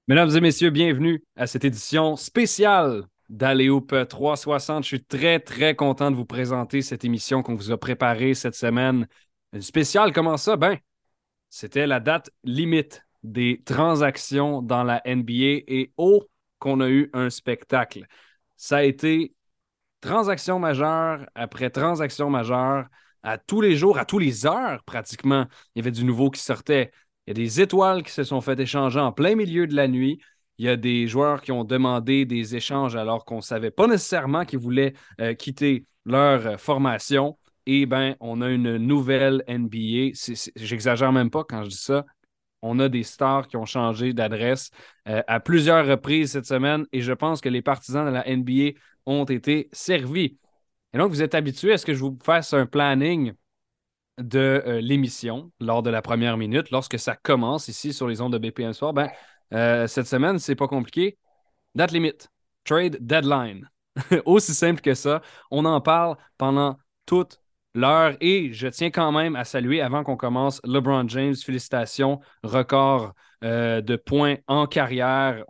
Mesdames et messieurs, bienvenue à cette édition spéciale d'Alley-Oop 360. Je suis très, très content de vous présenter cette émission qu'on vous a préparée cette semaine. Une spéciale, comment ça? Ben, c'était la date limite des transactions dans la NBA et oh, qu'on a eu un spectacle. Ça a été transaction majeure après transaction majeure, à tous les jours, à tous les heures pratiquement. Il y avait du nouveau qui sortait. Il y a des étoiles qui se sont fait échanger en plein milieu de la nuit. Il y a des joueurs qui ont demandé des échanges alors qu'on ne savait pas nécessairement qu'ils voulaient quitter leur formation. Et ben, on a une nouvelle NBA. J'exagère même pas quand je dis ça. On a des stars qui ont changé d'adresse à plusieurs reprises cette semaine et je pense que les partisans de la NBA ont été servis. Et donc, vous êtes habitués à ce que je vous fasse un planning de l'émission lors de la première minute, lorsque ça commence ici sur les ondes de BPM Sport. Ben, cette semaine, c'est pas compliqué. Date limite, trade deadline. Aussi simple que ça. On en parle pendant toute l'heure et je tiens quand même à saluer avant qu'on commence LeBron James. Félicitations, record de points en carrière.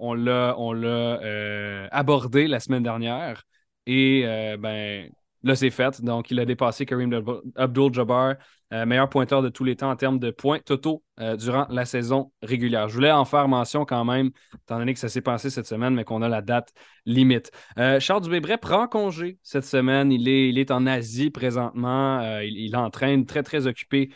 On l'a abordé la semaine dernière et ben là c'est fait. Donc il a dépassé Kareem Abdul-Jabbar, meilleur pointeur de tous les temps en termes de points totaux durant la saison régulière. Je voulais en faire mention quand même, étant donné que ça s'est passé cette semaine, mais qu'on a la date limite. Charles Dubébret prend congé cette semaine. Il est en Asie présentement. Il entraîne très, très occupé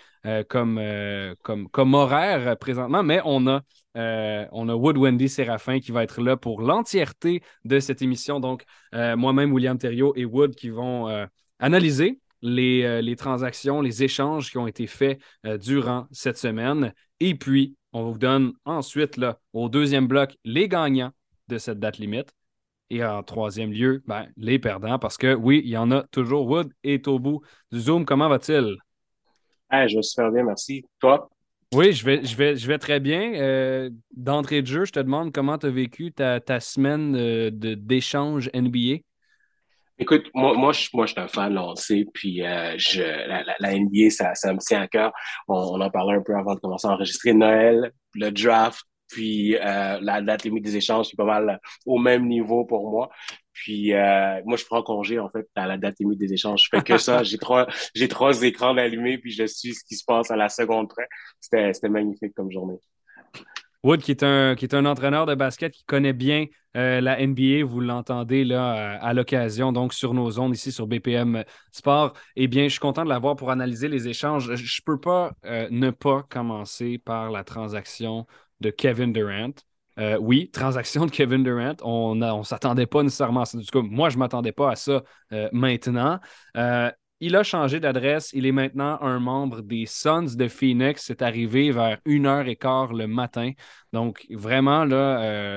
comme horaire présentement, mais on a Wood Wendy Séraphin qui va être là pour l'entièreté de cette émission. Donc, moi-même, William Thériault et Wood qui vont analyser les transactions, les échanges qui ont été faits durant cette semaine. Et puis, on vous donne ensuite, là, au deuxième bloc, les gagnants de cette date limite. Et en troisième lieu, ben, les perdants, parce que oui, il y en a toujours. Wood est au bout du Zoom. Comment va-t-il? Ah, je vais super bien, merci. Toi? Oui, je vais très bien. D'entrée de jeu, je te demande comment tu as vécu ta semaine d'échange NBA. Écoute, moi, je suis un fan, là, on le sait, puis la NBA, ça me tient à cœur. On en parlait un peu avant de commencer à enregistrer Noël, le draft, puis la date limite des échanges, c'est pas mal au même niveau pour moi. Puis moi, je prends congé, en fait, à la date limite des échanges. Je fais que ça. J'ai trois écrans allumés, puis je suis ce qui se passe à la seconde près. C'était magnifique comme journée. Wood, qui est un entraîneur de basket qui connaît bien la NBA, vous l'entendez là à l'occasion, donc sur nos ondes ici sur BPM Sport. Eh bien, je suis content de l'avoir pour analyser les échanges. Je ne peux pas ne pas commencer par la transaction de Kevin Durant. Oui, transaction de Kevin Durant. On s'attendait pas nécessairement à ça. Du coup, moi, je ne m'attendais pas à ça maintenant. Euh, il a changé d'adresse. Il est maintenant un membre des Suns de Phoenix. C'est arrivé vers 1h15 le matin. Donc, vraiment, là,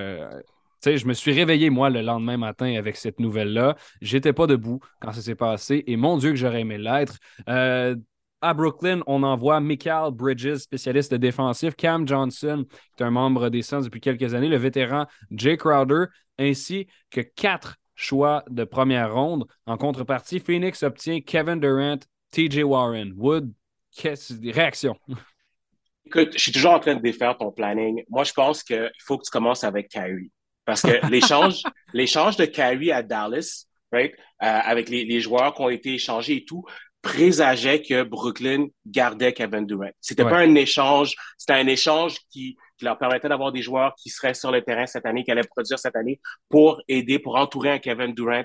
tu sais, je me suis réveillé, moi, le lendemain matin avec cette nouvelle-là. J'étais pas debout quand ça s'est passé et mon Dieu que j'aurais aimé l'être. Euh, à Brooklyn, on envoie Mikal Bridges, spécialiste défensif, Cam Johnson, qui est un membre des Suns depuis quelques années, le vétéran Jay Crowder, ainsi que 4 choix de première ronde. En contrepartie, Phoenix obtient Kevin Durant, TJ Warren. Wood, réaction? Écoute, je suis toujours en train de défaire ton planning. Moi, je pense qu'il faut que tu commences avec Kyrie. Parce que l'échange de Kyrie à Dallas, right, avec les joueurs qui ont été échangés et tout, présageait que Brooklyn gardait Kevin Durant. C'était Ouais. pas un échange, c'était un échange qui leur permettait d'avoir des joueurs qui seraient sur le terrain cette année, qui allaient produire cette année pour aider, pour entourer un Kevin Durant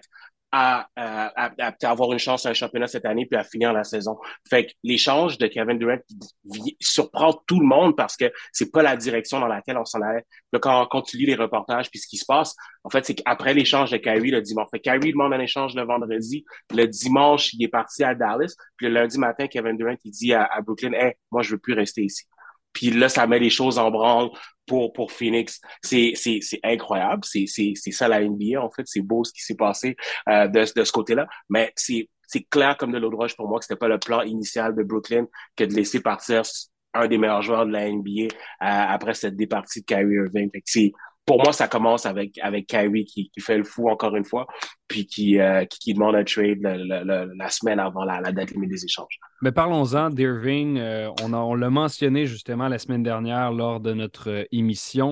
à avoir une chance à un championnat cette année puis à finir la saison. Fait que l'échange de Kevin Durant surprend tout le monde parce que c'est pas la direction dans laquelle on s'en allait. Là, quand tu lis les reportages puis ce qui se passe, en fait, c'est qu'après l'échange de Kyrie le dimanche, fait Kyrie demande un échange le vendredi, le dimanche, il est parti à Dallas, puis le lundi matin, Kevin Durant, il dit à Brooklyn, hey, moi, je veux plus rester ici. Puis là, ça met les choses en branle pour Phoenix. C'est incroyable. C'est ça la NBA, en fait. C'est beau ce qui s'est passé de ce côté-là. Mais c'est clair comme de l'eau de roche pour moi que c'était pas le plan initial de Brooklyn que de laisser partir un des meilleurs joueurs de la NBA après cette départie de Kyrie Irving. Fait que pour moi, ça commence avec Kyrie qui fait le fou encore une fois, puis qui demande un trade la semaine avant la date limite des échanges. Mais parlons-en d'Irving. On l'a mentionné justement la semaine dernière lors de notre émission.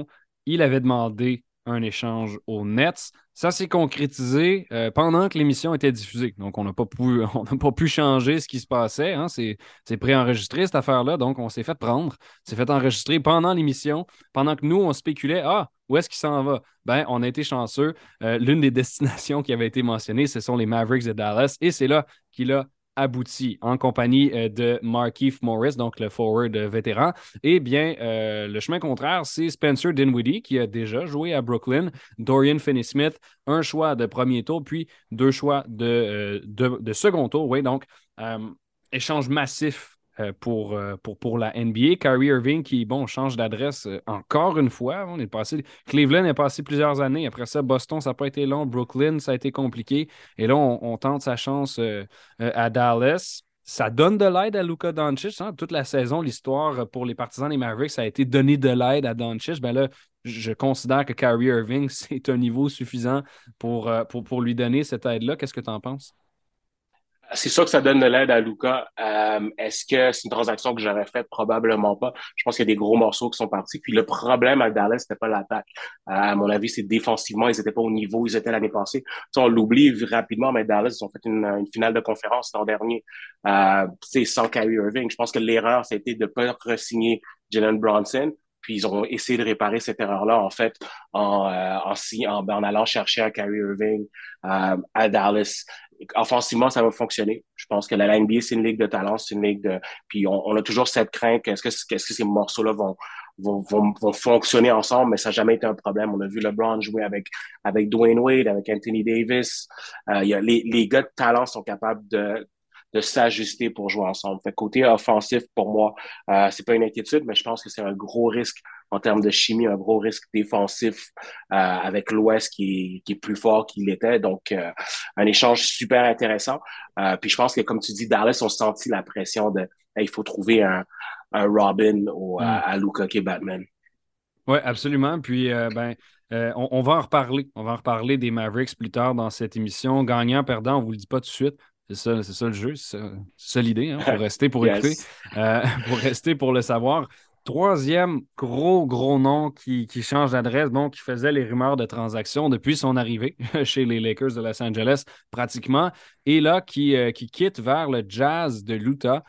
il avait demandé un échange aux Nets. Ça s'est concrétisé pendant que l'émission était diffusée. Donc, on n'a pas pu, on n'a pas pu changer ce qui se passait. Hein. C'est préenregistré, cette affaire-là. Donc, on s'est fait prendre. C'est fait enregistrer pendant l'émission, pendant que nous, on spéculait, ah, où est-ce qu'il s'en va? Ben, on a été chanceux. L'une des destinations qui avait été mentionnée, ce sont les Mavericks de Dallas. Et c'est là qu'il a abouti en compagnie de Markieff Morris, donc le forward vétéran. Eh bien, le chemin contraire, c'est Spencer Dinwiddie qui a déjà joué à Brooklyn, Dorian Finney-Smith, un choix de premier tour, puis deux choix de second tour. Oui, donc, échange massif pour la NBA. Kyrie Irving qui, bon, change d'adresse encore une fois. On est passé, Cleveland est passé plusieurs années. Après ça, Boston, ça n'a pas été long. Brooklyn, ça a été compliqué. Et là, on tente sa chance à Dallas. Ça donne de l'aide à Luka Doncic. Hein? Toute la saison, l'histoire pour les partisans des Mavericks, ça a été donner de l'aide à Doncic. Ben là, je considère que Kyrie Irving, c'est un niveau suffisant pour lui donner cette aide-là. Qu'est-ce que tu en penses? C'est sûr que ça donne de l'aide à Luka. Est-ce que c'est une transaction que j'aurais faite? Probablement pas. Je pense qu'il y a des gros morceaux qui sont partis. Puis le problème à Dallas, c'était pas l'attaque. À mon avis, c'est défensivement, ils étaient pas au niveau où ils étaient l'année passée. Ça, on l'oublie rapidement, mais Dallas, ils ont fait une finale de conférence l'an dernier. C'est sans Kyrie Irving. Je pense que l'erreur, c'était de pas re-signer Jalen Brunson. Puis ils ont essayé de réparer cette erreur-là, en fait, en allant chercher un Kyrie Irving à Dallas. Offensivement, ça va fonctionner. Je pense que la NBA, c'est une ligue de talent, c'est une ligue de. Puis on a toujours cette crainte qu'est-ce que ces morceaux-là vont fonctionner ensemble, mais ça n'a jamais été un problème. On a vu LeBron jouer avec Dwayne Wade, avec Anthony Davis. Les gars de talent sont capables de s'ajuster pour jouer ensemble. Fait côté offensif, pour moi, c'est pas une inquiétude, mais je pense que c'est un gros risque en termes de chimie, un gros risque défensif avec l'Ouest qui est plus fort qu'il l'était. Donc, un échange super intéressant. Puis je pense que, comme tu dis, Dallas ont senti la pression de hey, il faut trouver un Robin à Luka qui est Batman. Oui, absolument. Puis, on va en reparler. On va en reparler des Mavericks plus tard dans cette émission. Gagnant, perdant, on ne vous le dit pas tout de suite. C'est ça le jeu, c'est ça l'idée. Hein. Il faut rester pour écouter, Yes. faut rester pour le savoir. Troisième gros nom qui change d'adresse, bon, qui faisait les rumeurs de transaction depuis son arrivée chez les Lakers de Los Angeles, pratiquement, et là, qui quitte vers le Jazz de l'Utah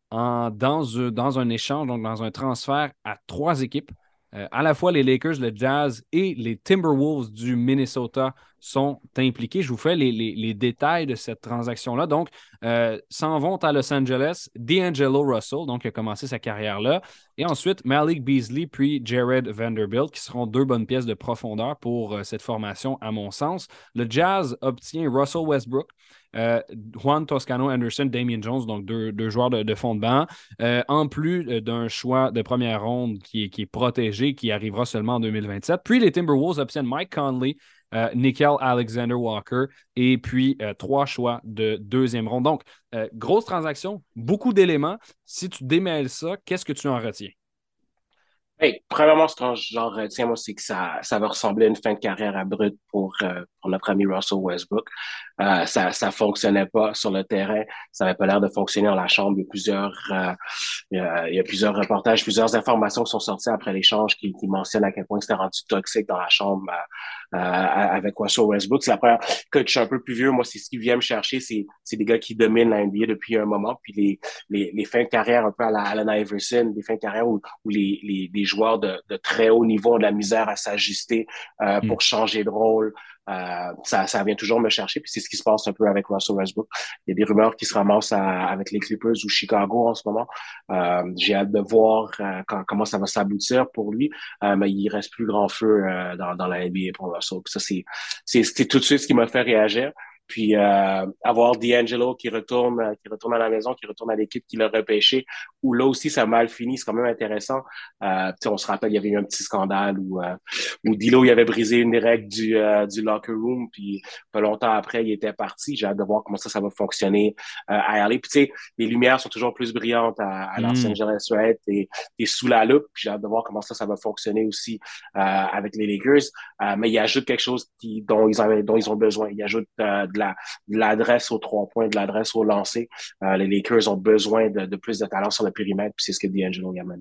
dans un échange, donc dans un transfert à trois équipes. À la fois les Lakers, le Jazz et les Timberwolves du Minnesota sont impliqués. Je vous fais les détails de cette transaction-là. Donc, s'en vont à Los Angeles, D'Angelo Russell, donc qui a commencé sa carrière là, et ensuite Malik Beasley puis Jared Vanderbilt, qui seront deux bonnes pièces de profondeur pour cette formation, à mon sens. Le Jazz obtient Russell Westbrook, Juan Toscano Anderson, Damian Jones, donc deux joueurs de fond de banc, en plus d'un choix de première ronde qui est protégé, qui arrivera seulement en 2027. Puis les Timberwolves obtiennent Mike Conley, Nickel Alexander Walker et puis trois choix de deuxième ronde. Donc, grosse transaction, beaucoup d'éléments. Si tu démêles ça, qu'est-ce que tu en retiens? Hey, premièrement, ce que j'en retiens, moi, c'est que ça va ressembler à une fin de carrière abrupte pour notre ami Russell Westbrook. Ça fonctionnait pas sur le terrain. Ça n'avait pas l'air de fonctionner dans la chambre. Il y a plusieurs reportages, plusieurs informations qui sont sorties après l'échange qui mentionnent à quel point c'était rendu toxique dans la chambre avec Russell Westbrook. C'est la première que je suis un peu plus vieux. Moi, c'est ce qui vient me chercher. C'est des gars qui dominent la NBA depuis un moment. Puis les fins de carrière un peu à la Allen Iverson, des fins de carrière où les joueurs de très haut niveau ont de la misère à s'ajuster Mm. pour changer de rôle. Ça vient toujours me chercher, puis c'est ce qui se passe un peu avec Russell Westbrook. Il y a des rumeurs qui se ramassent avec les Clippers ou Chicago en ce moment. J'ai hâte de voir comment ça va s'aboutir pour lui, mais il reste plus grand feu dans la NBA pour Russell. Puis ça, c'est tout de suite ce qui m'a fait réagir. Puis avoir D'Angelo qui retourne à la maison, qui retourne à l'équipe qui l'a repêché, où là aussi ça a mal fini, c'est quand même intéressant. On se rappelle, il y avait eu un petit scandale où D'Lo il avait brisé une des règles du locker room, puis pas longtemps après il était parti. J'ai hâte de voir comment ça va fonctionner à LA. Puis tu sais, les lumières sont toujours plus brillantes à Los Mm. Angeles, right? T'es sous la loupe, puis j'ai hâte de voir comment ça va fonctionner aussi avec les Lakers. Mais il ajoute quelque chose dont ils ont besoin. Il ajoute de l'adresse aux 3 points, de l'adresse au lancer. Les Lakers ont besoin de plus de talent sur le périmètre, puis c'est ce que D'Angelo y amène.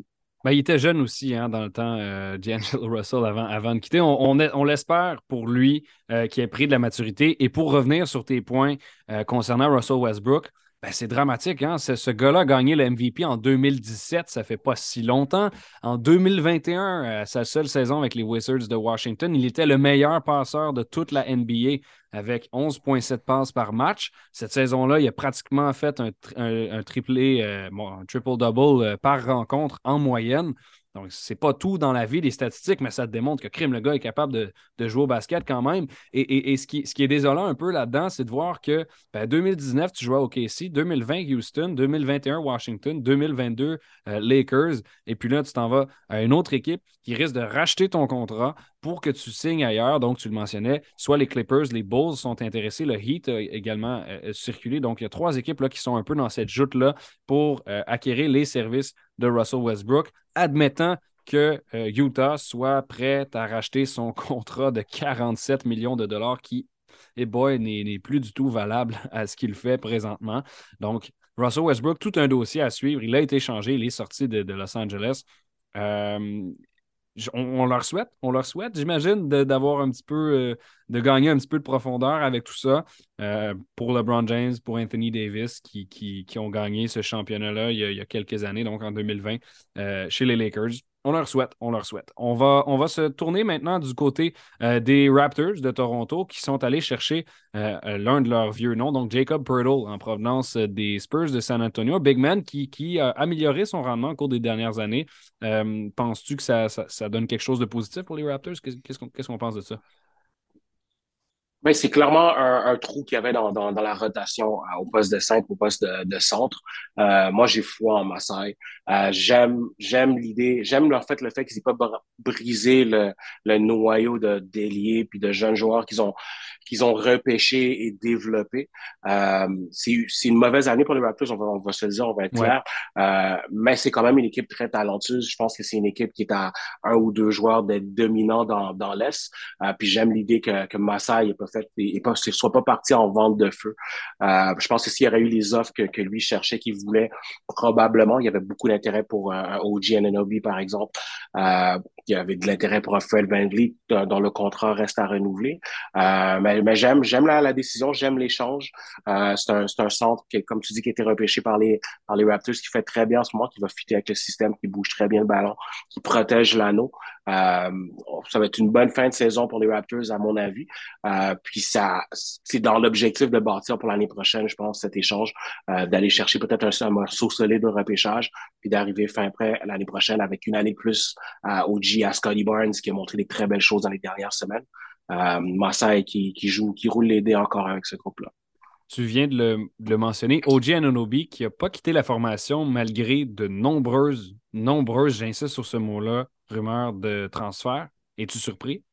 Ben, il était jeune aussi hein, dans le temps, D'Angelo Russell, avant de quitter. On l'espère pour lui qui ait pris de la maturité. Et pour revenir sur tes points concernant Russell Westbrook, ben, c'est dramatique. Hein? Ce gars-là a gagné le MVP en 2017, ça fait pas si longtemps. En 2021, sa seule saison avec les Wizards de Washington, il était le meilleur passeur de toute la NBA avec 11,7 passes par match. Cette saison-là, il a pratiquement fait un triplé, un triple-double par rencontre en moyenne. Donc, c'est pas tout dans la vie, les statistiques, mais ça te démontre que Crime, le gars, est capable de jouer au basket quand même. Et ce qui est désolant un peu là-dedans, c'est de voir que 2019, tu jouais au KC, 2020, Houston, 2021, Washington, 2022, Lakers. Et puis là, tu t'en vas à une autre équipe qui risque de racheter ton contrat pour que tu signes ailleurs. Donc, tu le mentionnais, soit les Clippers, les Bulls sont intéressés, le Heat a également circulé. Donc, il y a trois équipes là, qui sont un peu dans cette joute-là pour acquérir les services de Russell Westbrook, admettant que Utah soit prêt à racheter son contrat de 47 millions de dollars qui, boy, n'est plus du tout valable à ce qu'il fait présentement. Donc, Russell Westbrook, tout un dossier à suivre. Il a été changé, il est sorti de Los Angeles. Euh, on leur souhaite, j'imagine, d'avoir un petit peu, de gagner un petit peu de profondeur avec tout ça. Pour LeBron James, pour Anthony Davis, qui ont gagné ce championnat-là il y a quelques années, donc en 2020, chez les Lakers. On leur souhaite, on leur souhaite. On va se tourner maintenant du côté des Raptors de Toronto qui sont allés chercher l'un de leurs vieux noms, donc Jacob Poeltl, en provenance des Spurs de San Antonio, Big Man qui a amélioré son rendement au cours des dernières années. Penses-tu que ça donne quelque chose de positif pour les Raptors? Qu'est-ce qu'on pense de ça? Ben, c'est clairement un trou qu'il y avait dans la rotation au poste de 5, au poste de centre. Moi, j'ai foi en Masai. J'aime l'idée, j'aime en fait le fait qu'ils n'aient pas brisé le noyau de d'ailiers puis de jeunes joueurs qu'ils ont repêché et développé. C'est une mauvaise année pour les Raptors, on va se le dire, on va être Ouais. clair. Mais c'est quand même une équipe très talentueuse. Je pense que c'est une équipe qui est à un ou deux joueurs d'être dominants dans l'Est. Puis j'aime l'idée que Massa n'est pas fait, soit pas parti en vente de feu. Je pense que s'il y aurait eu les offres que lui cherchait, qu'il voulait, probablement, il y avait beaucoup d'intérêt pour un OG Anunoby, par exemple. Il y avait de l'intérêt pour un Fred VanVleet dont le contrat reste à renouveler. Mais j'aime la décision, j'aime l'échange. C'est un centre qui, comme tu dis, qui a été repêché par les Raptors, qui fait très bien en ce moment, qui va fitter avec le système, qui bouge très bien le ballon, qui protège l'anneau. Euh, Ça va être une bonne fin de saison pour les Raptors, à mon avis. Puis c'est dans l'objectif de bâtir pour l'année prochaine, je pense, cet échange, d'aller chercher peut-être un morceau solide de repêchage, puis d'arriver fin prêt l'année prochaine avec une année de plus au G à Scotty Barnes, qui a montré des très belles choses dans les dernières semaines. Masai qui roule les dés encore avec ce groupe-là. Tu viens de le mentionner, OG Anunoby qui n'a pas quitté la formation malgré de nombreuses, j'insiste sur ce mot-là, rumeurs de transfert. Es-tu surpris?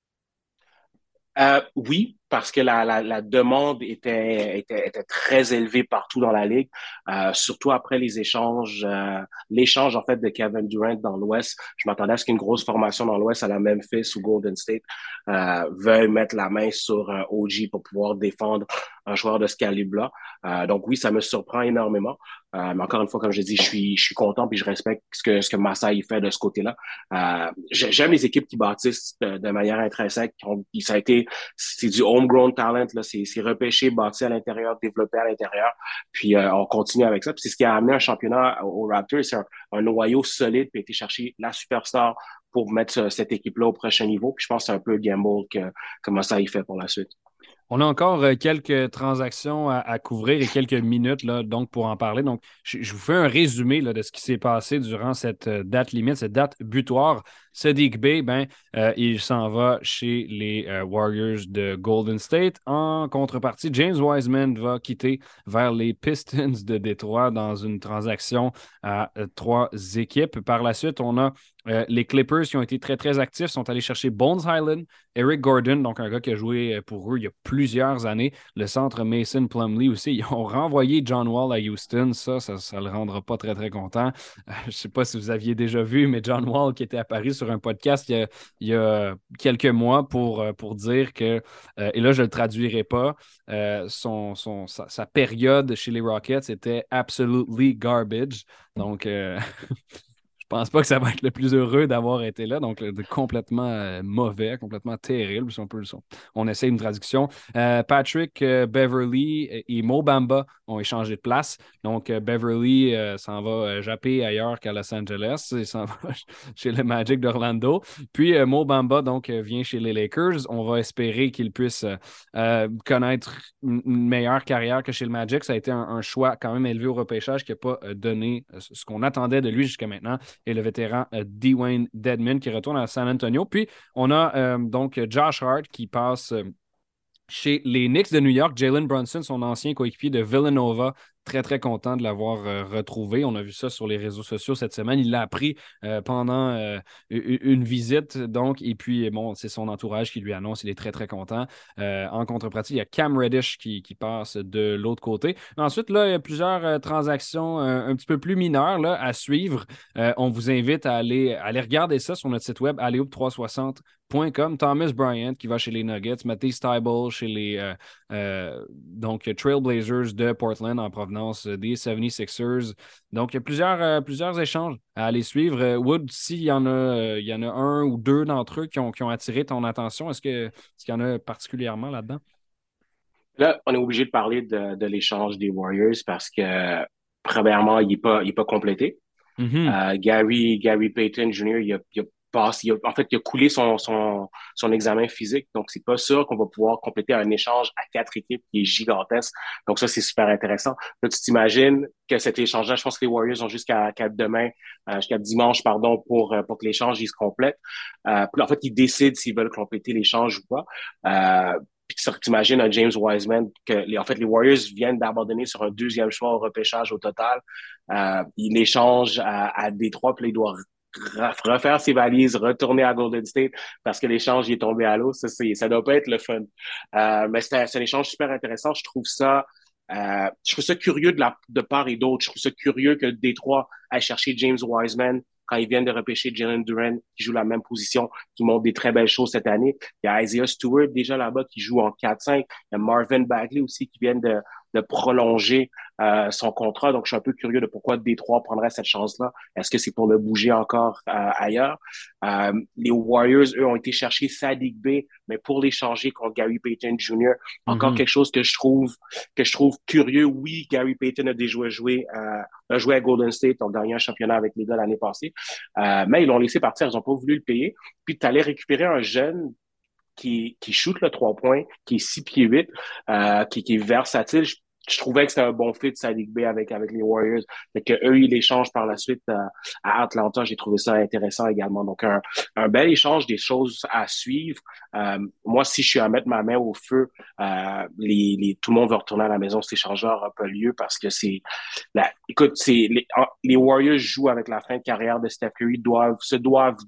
Oui, parce que la demande était très élevée partout dans la ligue, surtout après l'échange en fait de Kevin Durant dans l'Ouest. Je m'attendais à ce qu'une grosse formation dans l'Ouest, à la Memphis ou Golden State, veuille mettre la main sur un OG pour pouvoir défendre un joueur de ce calibre-là. Donc oui, ça me surprend énormément. Mais encore une fois, comme je dis, je suis content puis je respecte ce que Masai fait de ce côté-là. J'aime les équipes qui bâtissent de manière intrinsèque. Ça a été c'est du homegrown talent, là. C'est repêché, bâti à l'intérieur, développé à l'intérieur. Puis on continue avec ça. Puis c'est ce qui a amené un championnat aux Raptors. C'est un noyau solide, puis été chercher la superstar pour mettre cette équipe-là au prochain niveau. Puis je pense que c'est un peu le gamble comment ça y fait pour la suite. On a encore quelques transactions à couvrir et quelques minutes là, donc pour en parler. Donc, je vous fais un résumé là, de ce qui s'est passé durant cette date limite, cette date butoir. Sadiq Bey, il s'en va chez les Warriors de Golden State. En contrepartie, James Wiseman va quitter vers les Pistons de Détroit dans une transaction à trois équipes. Par la suite, on a les Clippers qui ont été très, très actifs, sont allés chercher Bones Highland, Eric Gordon, donc un gars qui a joué pour eux il y a plusieurs années. Le centre Mason Plumlee aussi. Ils ont renvoyé John Wall à Houston. Ça ne le rendra pas très, très content. Je ne sais pas si vous aviez déjà vu, mais John Wall qui était apparu sur un podcast il y a quelques mois pour dire que, et là je ne le traduirai pas, sa période chez les Rockets était absolutely garbage. Donc, pense pas que ça va être le plus heureux d'avoir été là. Donc, complètement mauvais, complètement terrible, si on peut. On essaie une traduction. Patrick Beverly et Mo Bamba ont échangé de place. Donc, Beverly s'en va japper ailleurs qu'à Los Angeles. Il s'en va chez le Magic d'Orlando. Puis, Mo Bamba, donc, vient chez les Lakers. On va espérer qu'il puisse connaître une meilleure carrière que chez le Magic. Ça a été un choix quand même élevé au repêchage qui n'a pas donné ce qu'on attendait de lui jusqu'à maintenant. Et le vétéran Dwayne Dedmon qui retourne à San Antonio. Puis, on a donc Josh Hart qui passe chez les Knicks de New York. Jalen Brunson, son ancien coéquipier de Villanova, très, très content de l'avoir retrouvé. On a vu ça sur les réseaux sociaux cette semaine. Il l'a appris pendant une visite, donc, et puis, bon, c'est son entourage qui lui annonce. Il est très, très content. En contrepartie, il y a Cam Reddish qui passe de l'autre côté. Ensuite, là, il y a plusieurs transactions un petit peu plus mineures là, à suivre. On vous invite à aller regarder ça sur notre site web, allehoop360.com. Thomas Bryant qui va chez les Nuggets, Matisse Thybulle chez les donc Trailblazers de Portland en provenance des 76ers. Donc, il y a plusieurs échanges à aller suivre. Wood, s'il y en a un ou deux d'entre eux qui ont attiré ton attention, est-ce qu'il y en a particulièrement là-dedans? Là, on est obligé de parler de l'échange des Warriors parce que, premièrement, il est pas complété. Mhm. Gary Payton Jr., en fait, il a coulé son examen physique. Donc, c'est pas sûr qu'on va pouvoir compléter un échange à 4 équipes qui est gigantesque. Donc, ça, c'est super intéressant. Là, tu t'imagines que cet échange-là, je pense que les Warriors ont jusqu'à demain, jusqu'à dimanche, pardon, pour que l'échange, il se complète. Puis, en fait, ils décident s'ils veulent compléter l'échange ou pas. Puis tu imagines un James Wiseman en fait, les Warriors viennent d'abandonner sur un deuxième choix au repêchage au total. Il échange à Détroit, puis là, il doit refaire ses valises, retourner à Golden State parce que l'échange il est tombé à l'eau. Ça doit pas être le fun. Mais c'est un échange super intéressant. Je trouve ça curieux de part et d'autre. Je trouve ça curieux que Détroit aille chercher James Wiseman quand ils viennent de repêcher Jalen Duren, qui joue la même position, qui montre des très belles choses cette année. Il y a Isaiah Stewart déjà là-bas qui joue en 4-5. Il y a Marvin Bagley aussi qui vient de prolonger son contrat. Donc, je suis un peu curieux de pourquoi Détroit prendrait cette chance-là. Est-ce que c'est pour le bouger encore ailleurs? Les Warriors, eux, ont été chercher Sadiq Bey, mais pour l'échanger contre Gary Payton Jr. Encore Mhm. quelque chose que je trouve curieux. Oui, Gary Payton a déjà a joué à Golden State, ont gagné un championnat avec les gars l'année passée, mais ils l'ont laissé partir, ils n'ont pas voulu le payer. Puis tu allais récupérer un jeune qui shoot le 3 points, qui est 6 pieds 8, qui est versatile. Je trouvais que c'était un bon fit, Sadiq Bey, avec les Warriors. Fait que eux, ils l'échangent par la suite à Atlanta. J'ai trouvé ça intéressant également. Donc, un bel échange, des choses à suivre. Moi, si je suis à mettre ma main au feu, tout le monde va retourner à la maison. Cet échange-là n'aura pas lieu parce que écoute, les Warriors jouent avec la fin de carrière de Steph Curry, se doivent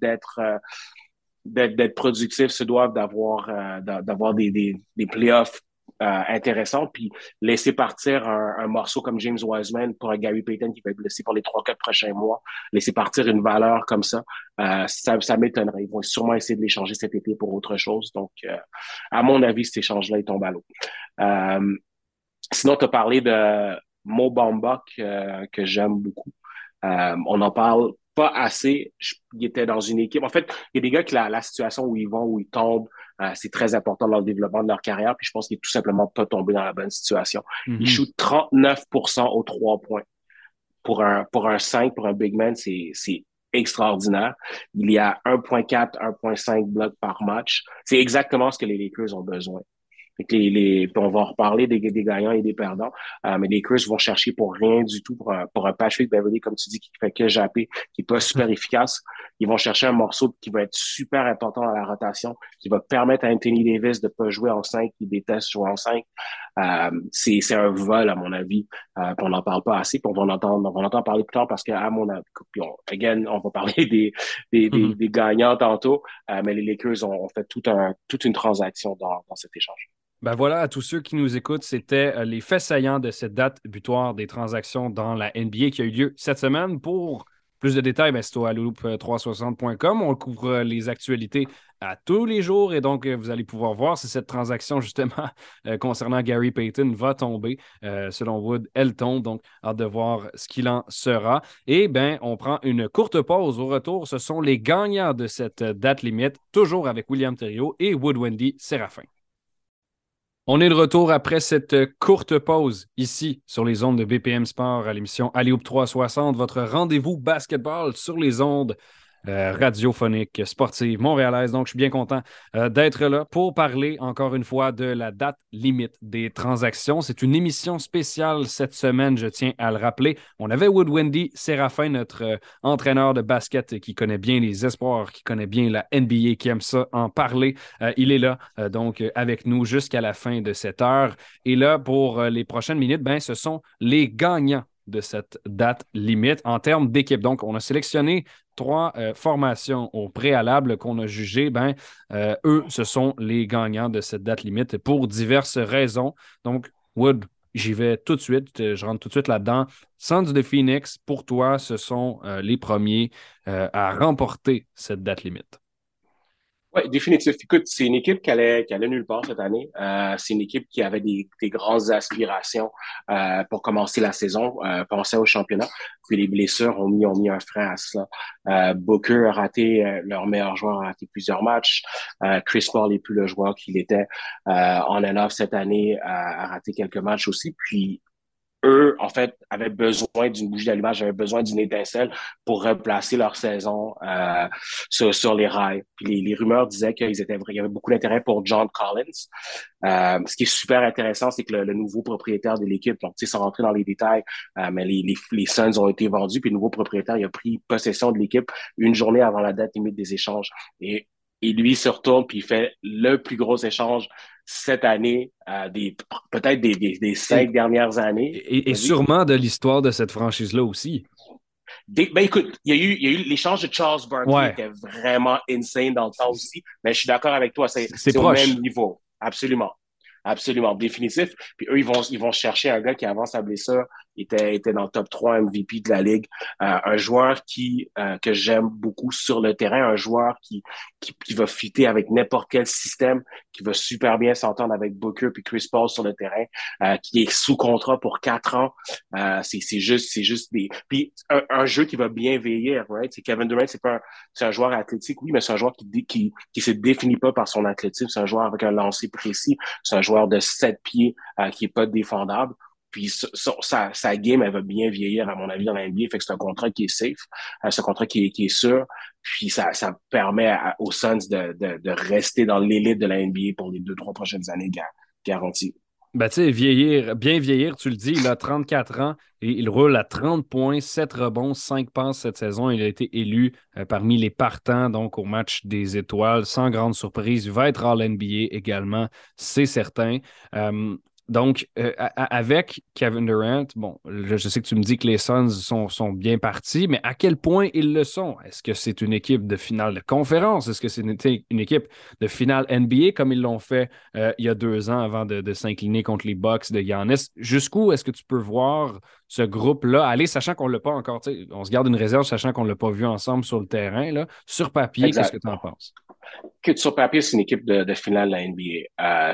d'être productifs, se doivent d'avoir des playoffs intéressants, puis laisser partir un morceau comme James Wiseman pour un Gary Payton qui va être blessé pour les 3, 4 prochains mois, laisser partir une valeur comme ça m'étonnerait. Ils vont sûrement essayer de l'échanger cet été pour autre chose. Donc, à mon avis, cet échange-là, il tombe à l'eau. Euh, Sinon, tu as parlé de Mo Bamba que j'aime beaucoup. On n'en parle pas assez. Il était dans une équipe. En fait, il y a des gars qui, la situation où ils vont, où ils tombent, c'est très important dans le développement de leur carrière. Puis je pense qu'il est tout simplement pas tombé dans la bonne situation. Il Mhm. shoot 39% aux 3 points. Pour un 5, pour un big man, c'est extraordinaire. Il y a 1,4, 1,5 blocs par match. C'est exactement ce que les Lakers ont besoin. Fait que puis on va en reparler des gagnants et des perdants. Mais les Lakers vont chercher pour rien du tout pour un Patrick Beverly, comme tu dis, qui fait que japper, qui est pas super efficace. Ils vont chercher un morceau qui va être super important dans la rotation, qui va permettre à Anthony Davis de pas jouer en 5, qui déteste jouer en 5. C'est un vol, à mon avis. Puis on n'en parle pas assez, puis on va en entendre parler plus tard parce que, à mon avis, puis on va parler Mhm. des gagnants tantôt, mais les Lakers ont fait toute une transaction dans cet échange. Ben voilà, à tous ceux qui nous écoutent, c'était les faits saillants de cette date butoir des transactions dans la NBA qui a eu lieu cette semaine pour Plus de détails, ben, c'est au alloop360.com. On couvre les actualités à tous les jours et donc vous allez pouvoir voir si cette transaction justement concernant Gary Payton va tomber. Selon Wood, elle tombe, donc hâte de voir ce qu'il en sera. Et bien, on prend une courte pause. Au retour, ce sont les gagnants de cette date limite, toujours avec William Thériault et Wood Wendy Séraphin. On est de retour après cette courte pause ici sur les ondes de BPM Sport à l'émission Alley-Oop 360, votre rendez-vous basketball sur les ondes radiophoniques sportives montréalaises. Donc, je suis bien content d'être là pour parler encore une fois de la date limite des transactions. C'est une émission spéciale cette semaine, je tiens à le rappeler. On avait Wood Wendy Séraphin, notre entraîneur de basket qui connaît bien les espoirs, qui connaît bien la NBA, qui aime ça en parler. Il est là, donc, avec nous jusqu'à la fin de cette heure. Et là, pour les prochaines minutes, ben, ce sont les gagnants de cette date limite en termes d'équipe. Donc, on a sélectionné 3 formations au préalable qu'on a jugées. Ben, eux, ce sont les gagnants de cette date limite pour diverses raisons. Donc, Wood, j'y vais tout de suite. Je rentre tout de suite là-dedans. Suns de Phoenix, pour toi, ce sont les premiers à remporter cette date limite. Oui, définitif. Écoute, c'est une équipe qui allait nulle part cette année. C'est une équipe qui avait des grandes aspirations pour commencer la saison, penser au championnat. Puis les blessures ont mis un frein à cela. Booker a raté, leur meilleur joueur a raté plusieurs matchs. Chris Paul n'est plus le joueur qu'il était. On and off cette année a raté quelques matchs aussi. Puis eux, en fait, avaient besoin d'une bougie d'allumage, avaient besoin d'une étincelle pour replacer leur saison sur les rails. Puis les rumeurs disaient il y avait beaucoup d'intérêt pour John Collins. Ce qui est super intéressant, c'est que le nouveau propriétaire de l'équipe, donc, tu sais, sans rentrer dans les détails, mais les Suns ont été vendus, puis le nouveau propriétaire, il a pris possession de l'équipe une journée avant la date limite des échanges. Et lui, il se retourne, puis il fait le plus gros échange cette année, peut-être des 5 dernières années. Et sûrement de l'histoire de cette franchise-là aussi. Ben écoute, il y a eu l'échange de Charles Barkley Ouais, était vraiment insane dans le temps aussi, mais je suis d'accord avec toi, c'est c'est au même proche. niveau. Absolument. Absolument, définitif. Puis eux, ils vont chercher un gars qui, avant sa blessure, était dans le top 3 MVP de la Ligue. Un joueur que j'aime beaucoup sur le terrain, un joueur qui va fitter avec n'importe quel système, qui va super bien s'entendre avec Booker puis Chris Paul sur le terrain, qui est sous contrat pour 4 ans. C'est juste des... Puis un jeu qui va bien vieillir, right? C'est Kevin Durant, c'est un joueur athlétique, oui, mais c'est un joueur qui se définit pas par son athlétisme. C'est un joueur avec un lancer précis. C'est un joueur de 7 pieds qui est pas défendable. Puis sa game, elle va bien vieillir, à mon avis, dans la NBA. Fait que c'est un contrat qui est safe, c'est un contrat qui est sûr. Puis ça permet aux Suns de rester dans l'élite de la NBA pour les 2, 3 prochaines années garanties. Ben, tu sais, vieillir, bien vieillir, tu le dis, il a 34 ans et il roule à 30 points, 7 rebonds, 5 passes cette saison. Il a été élu parmi les partants donc au match des étoiles, sans grande surprise. Il va être All-NBA également, c'est certain. Donc, avec Kevin Durant, bon, je sais que tu me dis que les Suns sont bien partis, mais à quel point ils le sont? Est-ce que c'est une équipe de finale de conférence? Est-ce que c'est une équipe de finale NBA comme ils l'ont fait il y a 2 ans avant de s'incliner contre les Bucks de Giannis? Jusqu'où est-ce que tu peux voir ce groupe-là aller, sachant qu'on ne l'a pas encore, on se garde une réserve, sachant qu'on ne l'a pas vu ensemble sur le terrain, là. Sur papier, qu'est-ce que Exact. tu en penses? Que sur papier, c'est une équipe de finale de la NBA.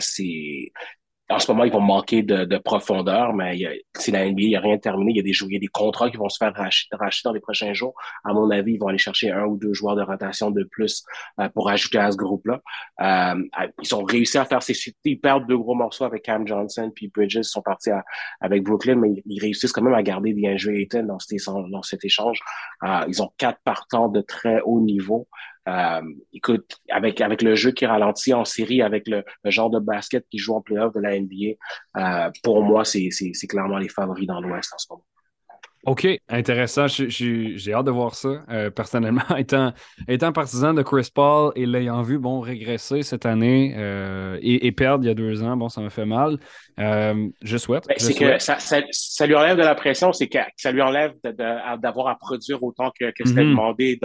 En ce moment, ils vont manquer de profondeur, mais c'est la NBA, il n'y a rien de terminé. Il y a des contrats qui vont se faire racheter dans les prochains jours. À mon avis, ils vont aller chercher 1 ou 2 joueurs de rotation de plus pour ajouter à ce groupe-là. Ils ont réussi à faire ils perdent 2 gros morceaux avec Cam Johnson, puis Bridges sont partis avec Brooklyn, mais ils réussissent quand même à garder DeAndre Ayton dans cet échange. Ils ont 4 partants de très haut niveau. Écoute, avec le jeu qui ralentit en série, avec le genre de basket qui joue en playoff de la NBA, pour moi, c'est clairement les favoris dans l'Ouest en ce moment. OK, intéressant. J'ai hâte de voir ça. Personnellement, étant partisan de Chris Paul et l'ayant vu bon, régresser cette année et perdre il y a 2 ans, bon, ça me fait mal. Je souhaite. Ben, Je c'est que souhaite. ça lui enlève de la pression, c'est que ça lui enlève d'avoir à produire autant que c'était Mhm. demandé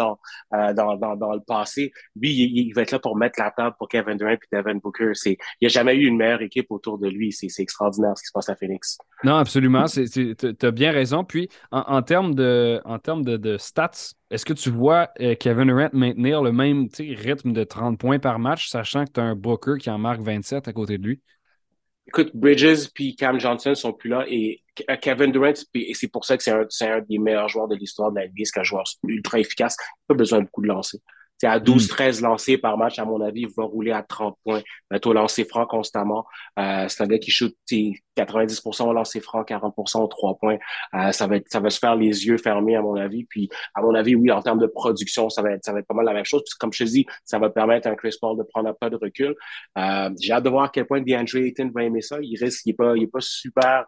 dans le passé. Lui, il va être là pour mettre la table pour Kevin Durant et Devin Booker. Il n'y a jamais eu une meilleure équipe autour de lui. C'est extraordinaire ce qui se passe à Phoenix. Non, absolument. Tu as bien raison. Puis, en termes de stats, est-ce que tu vois Kevin Durant maintenir le même rythme de 30 points par match, sachant que tu as un Booker qui en marque 27 à côté de lui? Écoute, Bridges puis Cam Johnson sont plus là et Kevin Durant, et c'est pour ça que c'est un des meilleurs joueurs de l'histoire de la NBA, c'est un joueur ultra efficace, pas besoin de beaucoup de lancers. C'est à Hmm. 12-13 lancers par match, à mon avis, il va rouler à 30 points. Au lancer franc constamment. C'est un gars qui shoot 90% au lancer franc, 40% au 3 points. Ça va se faire les yeux fermés, à mon avis. Puis, à mon avis, oui, en termes de production, ça va être pas mal la même chose. Puis, comme je te dis, ça va permettre à un Chris Paul de prendre un pas de recul. J'ai hâte de voir à quel point DeAndre Ayton va aimer ça. Il est pas super,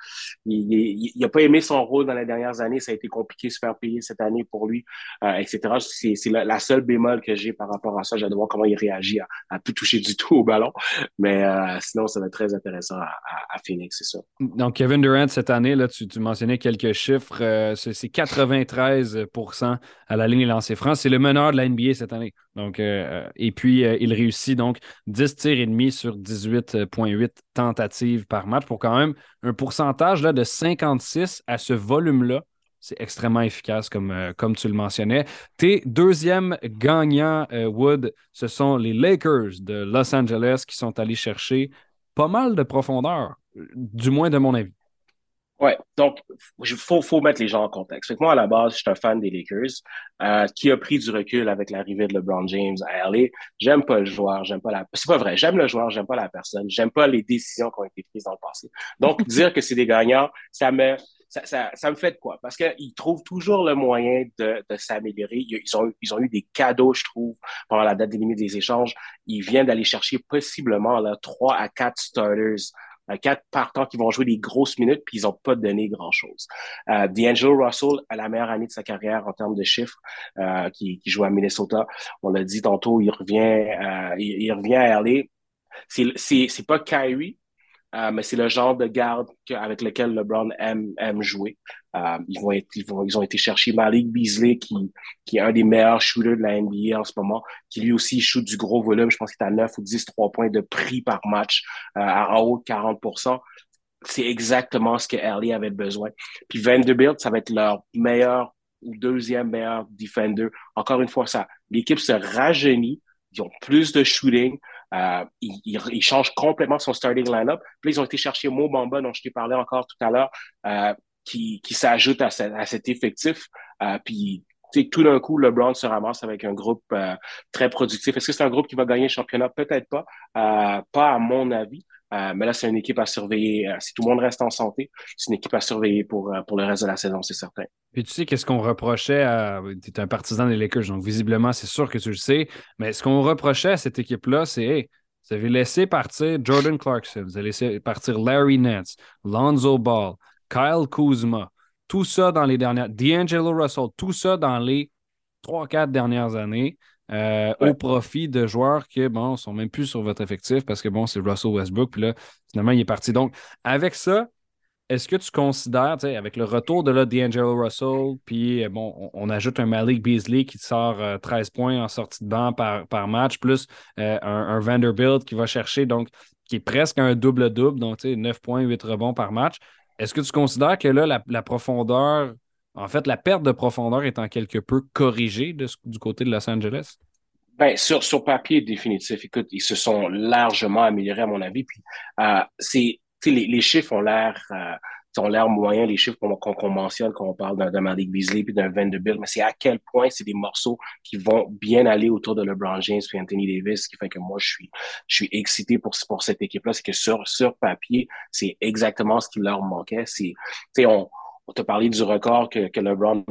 il a pas aimé son rôle dans les dernières années. Ça a été compliqué de se faire payer cette année pour lui, etc. C'est la seule bémol que j'ai par rapport à ça. J'ai hâte de voir comment il réagit à plus toucher du tout au ballon. Mais sinon, ça va être très intéressant à Phoenix, c'est ça. Donc, Kevin Durant, cette année, là, tu mentionnais quelques chiffres. C'est 93% à la ligne lancée franc. C'est le meneur de la NBA cette année. Donc, et puis, il réussit donc 10 tirs et demi sur 18,8 tentatives par match pour quand même un pourcentage là, de 56 à ce volume-là. C'est extrêmement efficace, comme tu le mentionnais. Tes deuxièmes gagnants, Wood, ce sont les Lakers de Los Angeles qui sont allés chercher pas mal de profondeur, du moins de mon avis. Ouais, donc faut mettre les gens en contexte. Fait que moi, à la base, je suis un fan des Lakers qui a pris du recul avec l'arrivée de LeBron James à LA. J'aime pas le joueur, j'aime pas la. C'est pas vrai, j'aime le joueur, j'aime pas la personne, j'aime pas les décisions qui ont été prises dans le passé. Donc, dire que c'est des gagnants, ça me fait de quoi? Parce qu'ils trouvent toujours le moyen de s'améliorer. Ils ont eu des cadeaux, je trouve, pendant la date limite des échanges. Ils viennent d'aller chercher possiblement là, 3 à 4 starters, 4 partants qui vont jouer des grosses minutes, puis ils n'ont pas donné grand-chose. D'Angelo Russell a la meilleure année de sa carrière en termes de chiffres, qui joue à Minnesota. On l'a dit tantôt, il revient à LA. C'est pas Kyrie, mais c'est le genre de garde avec lequel LeBron aime jouer. Ils ont été chercher Malik Beasley, qui est un des meilleurs shooters de la NBA en ce moment, qui lui aussi shoot du gros volume. Je pense qu'il est à 9 ou 10 3 points de prix par match, en haut de 40%. C'est exactement ce que LA avait besoin. Puis Vanderbilt, ça va être leur meilleur ou deuxième meilleur defender. Encore une fois, l'équipe se rajeunit. Ils ont plus de shooting. Ils changent complètement son starting line-up. Puis là, ils ont été chercher Mo Bamba, dont je t'ai parlé encore tout à l'heure, qui s'ajoute à cet effectif. Puis tout d'un coup, LeBron se ramasse avec un groupe très productif. Est-ce que c'est un groupe qui va gagner le championnat? Peut-être pas. Pas à mon avis. Mais là, c'est une équipe à surveiller. Si tout le monde reste en santé, c'est une équipe à surveiller pour le reste de la saison, c'est certain. Puis tu sais, qu'est-ce qu'on reprochait à. Tu es un partisan des Lakers, donc visiblement, c'est sûr que tu le sais. Mais ce qu'on reprochait à cette équipe-là, c'est hey, vous avez laissé partir Jordan Clarkson, vous avez laissé partir Larry Nance, Lonzo Ball, Kyle Kuzma, tout ça dans les dernières. D'Angelo Russell, tout ça dans les 3-4 dernières années, au Ouais. profit de joueurs qui, bon, sont même plus sur votre effectif parce que, bon, c'est Russell Westbrook, puis là, finalement, il est parti. Donc, avec ça, est-ce que tu considères, tu sais, avec le retour de là, D'Angelo Russell, puis bon, on ajoute un Malik Beasley qui sort 13 points en sortie de banc par match, plus un Vanderbilt qui va chercher, donc, qui est presque un double-double, donc, tu sais, 9 points, 8 rebonds par match. Est-ce que tu considères que là, la profondeur, en fait, la perte de profondeur est en quelque peu corrigée du côté de Los Angeles? Ben, sur papier, définitif. Écoute, ils se sont largement améliorés, à mon avis. Puis, les chiffres ont l'air moyens, les chiffres qu'on mentionne quand on parle d'un Malik Beasley puis d'un Vanderbilt, mais c'est à quel point c'est des morceaux qui vont bien aller autour de LeBron James et Anthony Davis, ce qui fait que moi, je suis excité pour cette équipe-là. C'est que sur papier, c'est exactement ce qui leur manquait. On t'a parlé du record que LeBron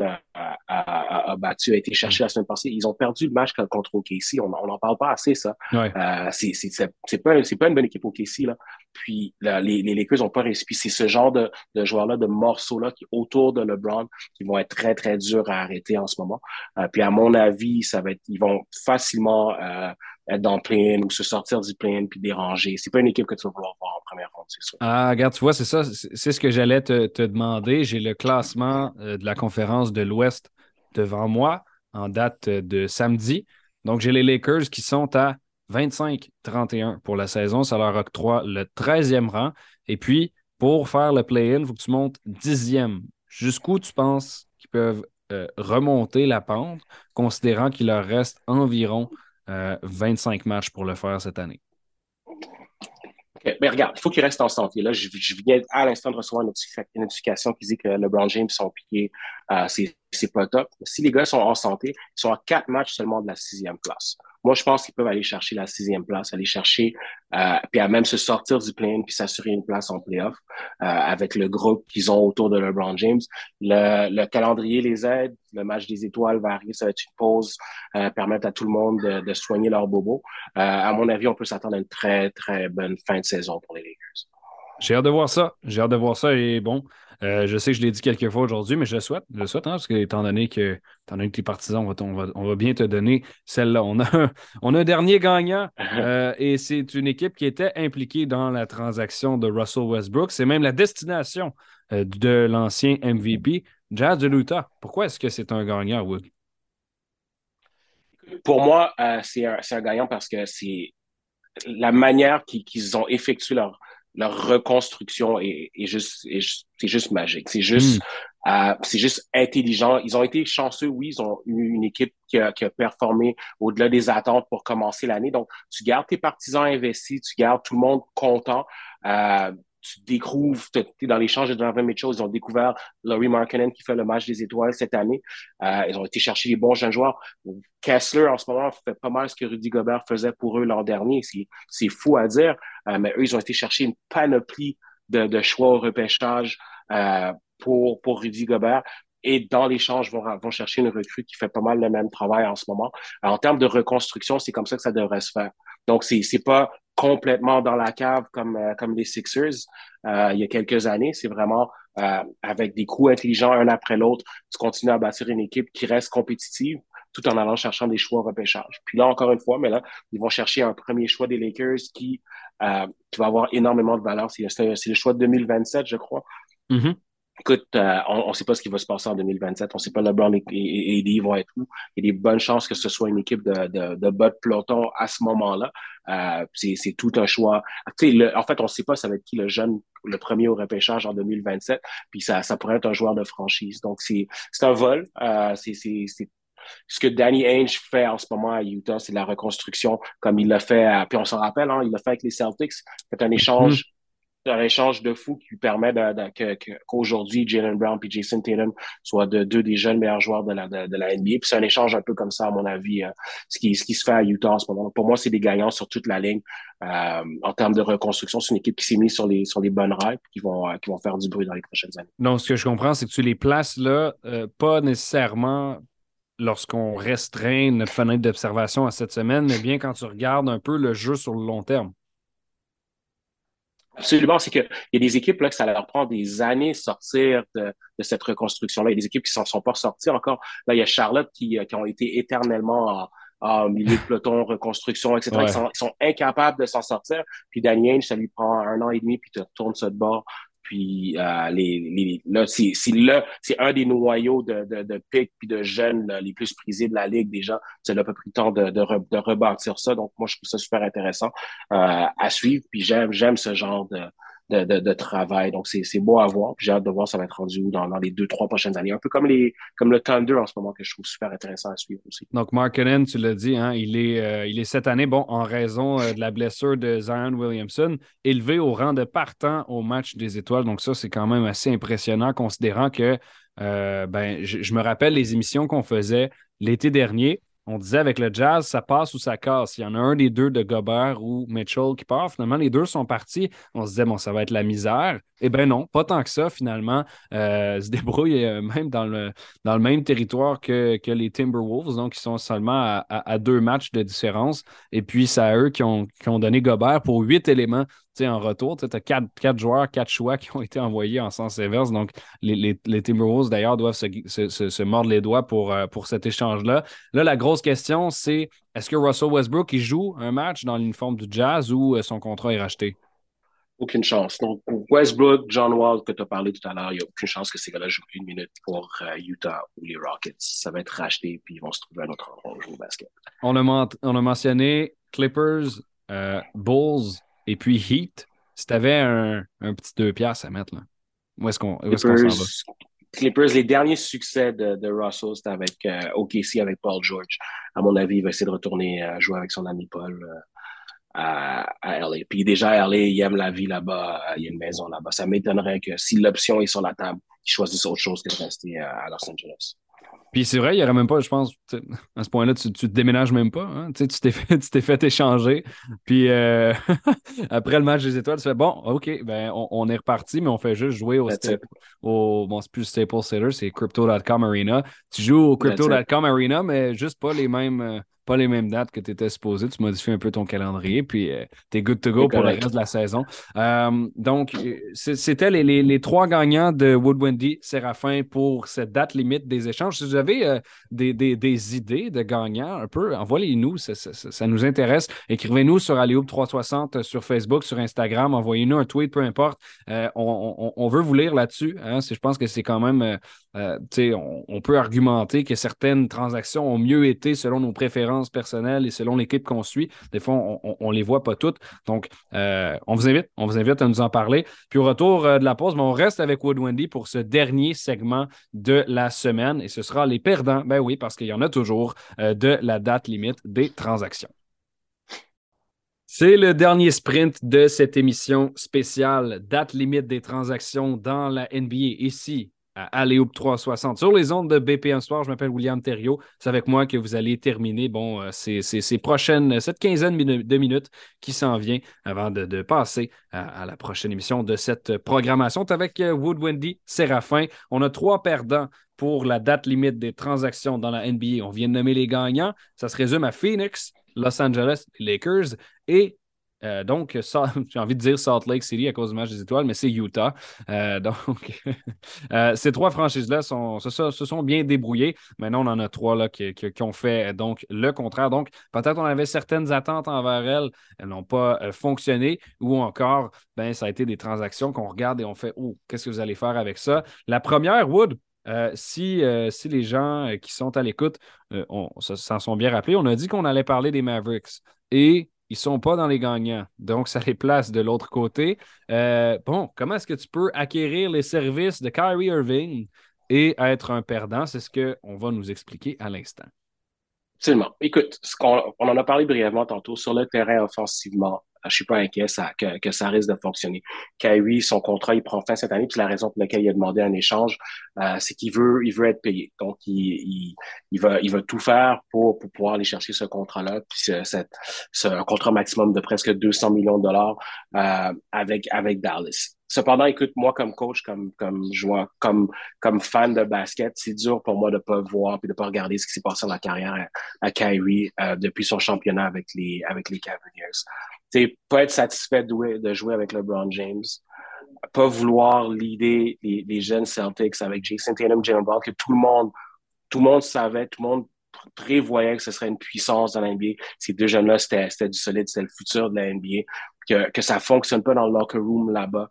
a battu, a été cherché la semaine passée. Ils ont perdu le match contre OKC. On n'en parle pas assez, ça. Ouais. C'est pas une bonne équipe OKC, là. Puis là, les Lakers n'ont pas réussi. Puis c'est ce genre de joueurs-là, de morceaux-là, qui autour de LeBron, qui vont être très, très durs à arrêter en ce moment. Puis à mon avis, ils vont facilement être dans le play-in ou se sortir du play-in puis déranger. C'est pas une équipe que tu vas vouloir voir en première ronde, c'est sûr. Ah, regarde, tu vois, c'est ça, c'est ce que j'allais te demander. J'ai le classement de la conférence de l'Ouest devant moi en date de samedi. Donc, j'ai les Lakers qui sont à 25-31 pour la saison. Ça leur octroie le 13e rang. Et puis, Pour faire le play-in, il faut que tu montes 10e. Jusqu'où tu penses qu'ils peuvent remonter la pente, considérant qu'il leur reste environ 25 matchs pour le faire cette année? OK. Mais regarde, il faut qu'il reste en santé. Là, je viens à l'instant de recevoir une notification qui dit que LeBron James sont piqués. C'est pas top. Si les gars sont en santé, ils sont à 4 matchs seulement de la 6e place. Moi, je pense qu'ils peuvent aller chercher la 6e place, aller chercher, puis à même se sortir du play-in puis s'assurer une place en play-off avec le groupe qu'ils ont autour de LeBron James. Le calendrier les aide. Le match des étoiles va arriver, ça va être une pause, permettre à tout le monde de soigner leur bobo. À mon avis, on peut s'attendre à une très, très bonne fin de saison pour les Lakers. J'ai hâte de voir ça. J'ai hâte de voir ça. Et bon, je sais que je l'ai dit quelques fois aujourd'hui, mais je le souhaite. Je le souhaite, hein, parce que étant donné que tu es partisan, on va bien te donner celle-là. On a un dernier gagnant et c'est une équipe qui était impliquée dans la transaction de Russell Westbrook. C'est même la destination de l'ancien MVP, Jazz de l'Utah. Pourquoi est-ce que c'est un gagnant, Wood? Pour moi, c'est un gagnant parce que c'est la manière qu'ils ont effectué leur reconstruction c'est juste magique. C'est juste intelligent. Ils ont été chanceux, oui. Ils ont eu une équipe qui a performé au-delà des attentes pour commencer l'année. Donc, tu gardes tes partisans investis, tu gardes tout le monde content. Tu découvres, t'es dans l'échange de Donovan Mitchell, ils ont découvert Lauri Markkanen qui fait le match des étoiles cette année. Ils ont été chercher les bons jeunes joueurs. Kessler, en ce moment, fait pas mal ce que Rudy Gobert faisait pour eux l'an dernier. C'est fou à dire, mais eux, ils ont été chercher une panoplie de choix au repêchage pour Rudy Gobert. Et dans l'échange, vont chercher une recrue qui fait pas mal le même travail en ce moment. En termes de reconstruction, c'est comme ça que ça devrait se faire. Donc, c'est pas complètement dans la cave comme les Sixers il y a quelques années. C'est vraiment avec des coups intelligents un après l'autre, tu continues à bâtir une équipe qui reste compétitive tout en allant cherchant des choix au repêchage. Puis là, encore une fois, mais là, ils vont chercher un premier choix des Lakers qui va avoir énormément de valeur. C'est le choix de 2027, je crois. Mhm. Écoute, on ne sait pas ce qui va se passer en 2027. On ne sait pas LeBron et AD vont être où. Il y a des bonnes chances que ce soit une équipe de bas de peloton à ce moment-là. C'est tout un choix. Tu sais, en fait, on ne sait pas ça va être qui le jeune, le premier au repêchage en 2027. Puis ça pourrait être un joueur de franchise. Donc, c'est un vol. C'est ce que Danny Ainge fait en ce moment à Utah, c'est de la reconstruction comme il l'a fait. Puis on s'en rappelle, hein, il l'a fait avec les Celtics. C'est Mhm. un échange de fou qui lui permet qu'aujourd'hui, Jaylen Brown et Jason Tatum soient deux des jeunes meilleurs joueurs de la NBA. Puis c'est un échange un peu comme ça, à mon avis, ce qui se fait à Utah en ce moment. Donc, pour moi, c'est des gagnants sur toute la ligne. En termes de reconstruction, c'est une équipe qui s'est mise sur les bonnes rails qui vont faire du bruit dans les prochaines années. Donc, ce que je comprends, c'est que tu les places là, pas nécessairement lorsqu'on restreint notre fenêtre d'observation à cette semaine, mais bien quand tu regardes un peu le jeu sur le long terme. Absolument, c'est qu'il y a des équipes là, que ça leur prend des années de sortir de cette reconstruction-là. Il y a des équipes qui s'en sont pas sorties encore. Là, il y a Charlotte qui ont été éternellement en milieu de peloton, reconstruction, etc. Ouais. Ils sont incapables de s'en sortir. Puis Danny Ainge, ça lui prend 1 an et demi, puis tu retournes ça de bord. Puis là, c'est un des noyaux de pics puis de jeunes là, les plus prisés de la Ligue déjà. Ça a pas pris le temps de rebâtir ça. Donc, moi, je trouve ça super intéressant à suivre. Puis j'aime ce genre de travail. Donc, c'est beau à voir. Puis j'ai hâte de voir ça va être rendu où dans les 2, 3 prochaines années. Un peu comme le Thunder en ce moment, que je trouve super intéressant à suivre aussi. Donc, Markkanen, tu l'as dit, hein, il est cette année, bon, en raison de la blessure de Zion Williamson, élevé au rang de partant au match des étoiles. Donc, ça, c'est quand même assez impressionnant, considérant que je me rappelle les émissions qu'on faisait l'été dernier. On disait avec le Jazz, ça passe ou ça casse. Il y en a un des deux de Gobert ou Mitchell qui part. Finalement, les deux sont partis. On se disait, bon, ça va être la misère. Eh bien non, pas tant que ça, finalement. Se débrouille même dans le même territoire que les Timberwolves. Donc, ils sont seulement à 2 matchs de différence. Et puis, c'est à eux qui ont donné Gobert pour 8 éléments. En retour, tu as quatre joueurs, 4 choix qui ont été envoyés en sens inverse. Donc, les Timberwolves, d'ailleurs, doivent se mordre les doigts pour cet échange-là. Là, la grosse question, c'est est-ce que Russell Westbrook il joue un match dans l'uniforme du Jazz ou son contrat est racheté? Aucune chance. Donc, pour Westbrook, John Wall, que tu as parlé tout à l'heure, il n'y a aucune chance que ces gars-là jouent 1 minute pour Utah ou les Rockets. Ça va être racheté, puis ils vont se trouver un autre endroit où jouer au basket. On a mentionné Clippers, Bulls et puis Heat. si tu avais un petit 2$ à mettre, là, où est-ce qu'on s'en va? Clippers, Clippers, les derniers succès de Russell, c'était avec OKC, avec Paul George. À mon avis, il va essayer de retourner jouer avec son ami Paul à LA. Puis déjà, à LA, il aime la vie là-bas, il y a une maison là-bas. Ça m'étonnerait que si l'option est sur la table, il choisisse autre chose que de rester à Los Angeles. Puis c'est vrai, il n'y aurait même pas, je pense, à ce point-là, tu te déménages même pas. Hein? Tu sais, tu t'es fait échanger. Puis après le match des étoiles, tu fais bon, OK, ben, on est reparti, mais on fait juste jouer That's it. bon, c'est plus Staples Center, c'est Crypto.com Arena. Tu joues au That's it. Crypto.com Arena, mais juste pas les mêmes dates que tu étais supposé. Tu modifies un peu ton calendrier, puis tu es good to go C'est pour le correct. reste de la saison. Donc, c'était les trois gagnants de Wood-Wendy Séraphin pour cette date limite des échanges. Si vous avez des idées de gagnants, un peu, envoyez-nous, ça nous intéresse. Écrivez-nous sur Aléoupe360 sur Facebook, sur Instagram, envoyez-nous un tweet, peu importe. On veut vous lire là-dessus. Hein. Je pense que c'est quand même, on peut argumenter que certaines transactions ont mieux été selon nos préférences personnelles et selon l'équipe qu'on suit. Des fois, on les voit pas toutes. Donc, on vous invite à nous en parler. Puis au retour de la pause, on reste avec Wood Wendy pour ce dernier segment de la semaine et ce sera les perdants, ben oui, parce qu'il y en a toujours de la date limite des transactions. C'est le dernier sprint de cette émission spéciale date limite des transactions dans la NBA ici à Aléoupe 360 sur les ondes de BPM Soir. Je m'appelle William Thériault. C'est avec moi que vous allez terminer cette quinzaine de minutes qui s'en vient avant de passer à la prochaine émission de cette programmation. C'est avec Wood Wendy Séraphin. On a 3 perdants pour la date limite des transactions dans la NBA. On vient de nommer les gagnants. Ça se résume à Phoenix, Los Angeles, Lakers et donc, j'ai envie de dire Salt Lake City à cause du match des étoiles, mais c'est Utah. Donc, ces 3 franchises-là se sont bien débrouillées. Maintenant, on en a 3 là, qui ont fait donc le contraire. Donc, peut-être on avait certaines attentes envers elles, elles n'ont pas fonctionné, ou encore, ben, ça a été des transactions qu'on regarde et on fait oh, qu'est-ce que vous allez faire avec ça? La première, Wood, si les gens qui sont à l'écoute s'en sont bien rappelés, on a dit qu'on allait parler des Mavericks et ils ne sont pas dans les gagnants. Donc, ça les place de l'autre côté. Bon, comment est-ce que tu peux acquérir les services de Kyrie Irving et être un perdant? C'est ce qu'on va nous expliquer à l'instant. Absolument. Écoute, on en a parlé brièvement tantôt. Sur le terrain offensivement, je suis pas inquiet que ça risque de fonctionner. Kyrie, son contrat, il prend fin cette année. Puis la raison pour laquelle il a demandé un échange, c'est qu'il veut être payé. Donc, il va tout faire pour pouvoir aller chercher ce contrat-là. Puis un contrat maximum de presque 200 millions de dollars avec Dallas. Cependant, écoute, moi comme coach, comme joueur, comme fan de basket, c'est dur pour moi de pas voir puis de pas regarder ce qui s'est passé dans la carrière à Kyrie depuis son championnat avec les Cavaliers. T'sais, pas être satisfait de jouer avec LeBron James, pas vouloir leader les jeunes Celtics avec Jason Tatum, Jalen Brown, que tout le monde savait, tout le monde prévoyait que ce serait une puissance dans la NBA. Ces deux jeunes-là, c'était du solide, c'était le futur de la NBA. Que ça fonctionne pas dans le locker room là-bas.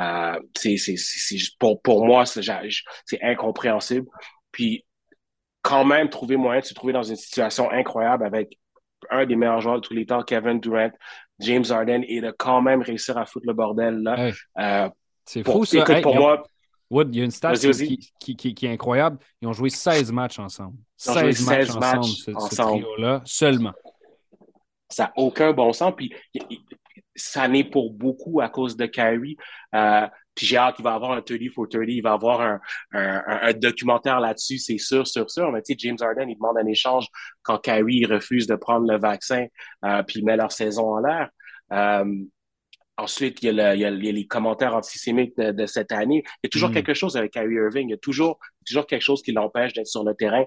Pour moi, c'est incompréhensible. Puis, quand même, trouver moyen de se trouver dans une situation incroyable avec un des meilleurs joueurs de tous les temps, Kevin Durant, James Harden, et de quand même réussir à foutre le bordel là. Hey, c'est fou ça. Écoute, Hey, pour moi, Wood, il y a une stat vas-y, vas-y. qui est incroyable. Ils ont joué 16 matchs ensemble. Ils ont joué 16 matchs 16 ensemble, matchs ce ensemble. trio-là, seulement. Ça n'a aucun bon sens. Puis ça n'est pour beaucoup à cause de Kyrie. Puis j'ai hâte qu'il va avoir un 30 for 30. Il va avoir un documentaire là-dessus, c'est sûr, sûr, sûr. Mais tu sais, James Harden, il demande un échange quand Kyrie refuse de prendre le vaccin, puis il met leur saison en l'air. Ensuite, il y a les commentaires antisémites de cette année. Il y a toujours quelque chose avec Kyrie Irving. Il y a toujours quelque chose qui l'empêche d'être sur le terrain.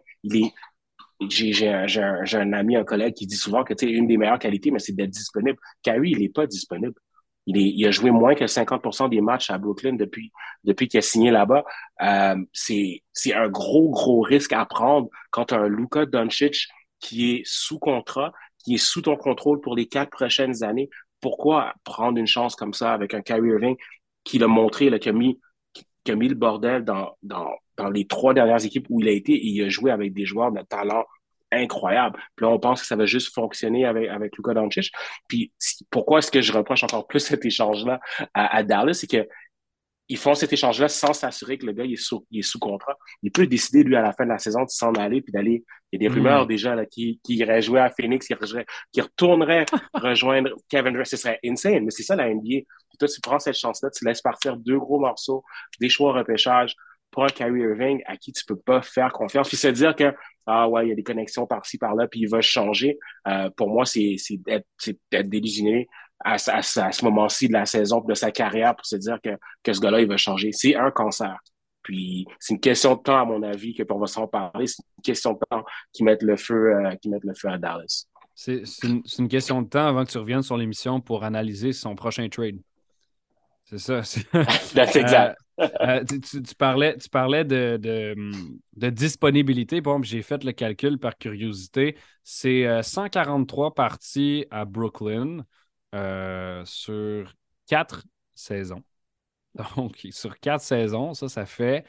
J'ai un ami, un collègue qui dit souvent que une des meilleures qualités, mais c'est d'être disponible. Kyrie, il n'est pas disponible. Il a joué moins que 50% des matchs à Brooklyn depuis qu'il a signé là-bas. C'est un gros, gros risque à prendre quand tu as un Luka Doncic qui est sous contrat, qui est sous ton contrôle pour les 4 prochaines années. Pourquoi prendre une chance comme ça avec un Kyrie Irving qui l'a montré, là, qui a mis le bordel dans les 3 dernières équipes où il a été et il a joué avec des joueurs de talent incroyable. Puis là, on pense que ça va juste fonctionner avec Luka Doncic. Puis pourquoi est-ce que je reproche encore plus cet échange-là à Dallas, c'est que ils font cet échange-là sans s'assurer que le gars il est sous contrat. Il peut décider, lui, à la fin de la saison, de s'en aller puis d'aller. Il y a des rumeurs Hmm. déjà là, qui irait jouer à Phoenix, qui retournerait rejoindre Kevin Durant. Ce serait insane, mais c'est ça la NBA. Puis toi, tu prends cette chance-là, tu laisses partir deux gros morceaux, des choix au repêchage pour un Kyrie Irving à qui tu peux pas faire confiance. Puis se dire que ah ouais, il y a des connexions par-ci, par-là, puis il va changer. Pour moi, c'est d'être délusionné à ce moment-ci de la saison, de sa carrière, pour se dire que ce gars-là, il va changer. C'est un cancer. Puis c'est une question de temps, à mon avis, que on va s'en parler. C'est une question de temps qui mettent le feu à Dallas. C'est une question de temps avant que tu reviennes sur l'émission pour analyser son prochain trade. C'est ça. That's Euh, exact. tu parlais de disponibilité. Bon, j'ai fait le calcul par curiosité. C'est 143 parties à Brooklyn sur 4 saisons. Donc, sur 4 saisons, ça fait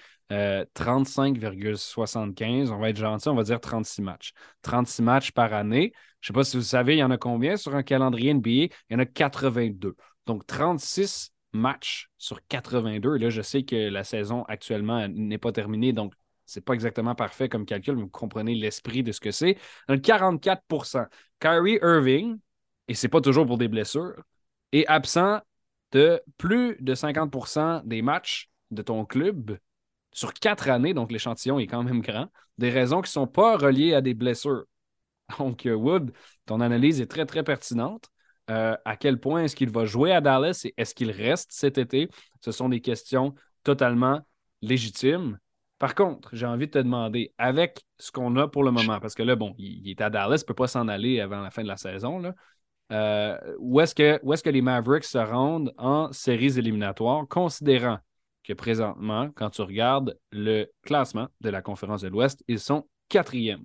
35,75. On va être gentil, on va dire 36 matchs. 36 matchs par année. Je ne sais pas si vous savez, il y en a combien sur un calendrier NBA? Il y en a 82. Donc, 36 matchs sur 82. Et là, je sais que la saison actuellement n'est pas terminée, donc c'est pas exactement parfait comme calcul, mais vous comprenez l'esprit de ce que c'est. Donc, 44%. Kyrie Irving, et c'est pas toujours pour des blessures, est absent de plus de 50% des matchs de ton club sur 4 années, donc l'échantillon est quand même grand, des raisons qui ne sont pas reliées à des blessures. Donc, Wood, ton analyse est très, très pertinente. À quel point est-ce qu'il va jouer à Dallas et est-ce qu'il reste cet été? Ce sont des questions totalement légitimes. Par contre, j'ai envie de te demander, avec ce qu'on a pour le moment, parce que là, bon, il est à Dallas, il ne peut pas s'en aller avant la fin de la saison, là. Où est-ce que les Mavericks se rendent en séries éliminatoires, considérant que présentement, quand tu regardes le classement de la conférence de l'Ouest, ils sont quatrièmes.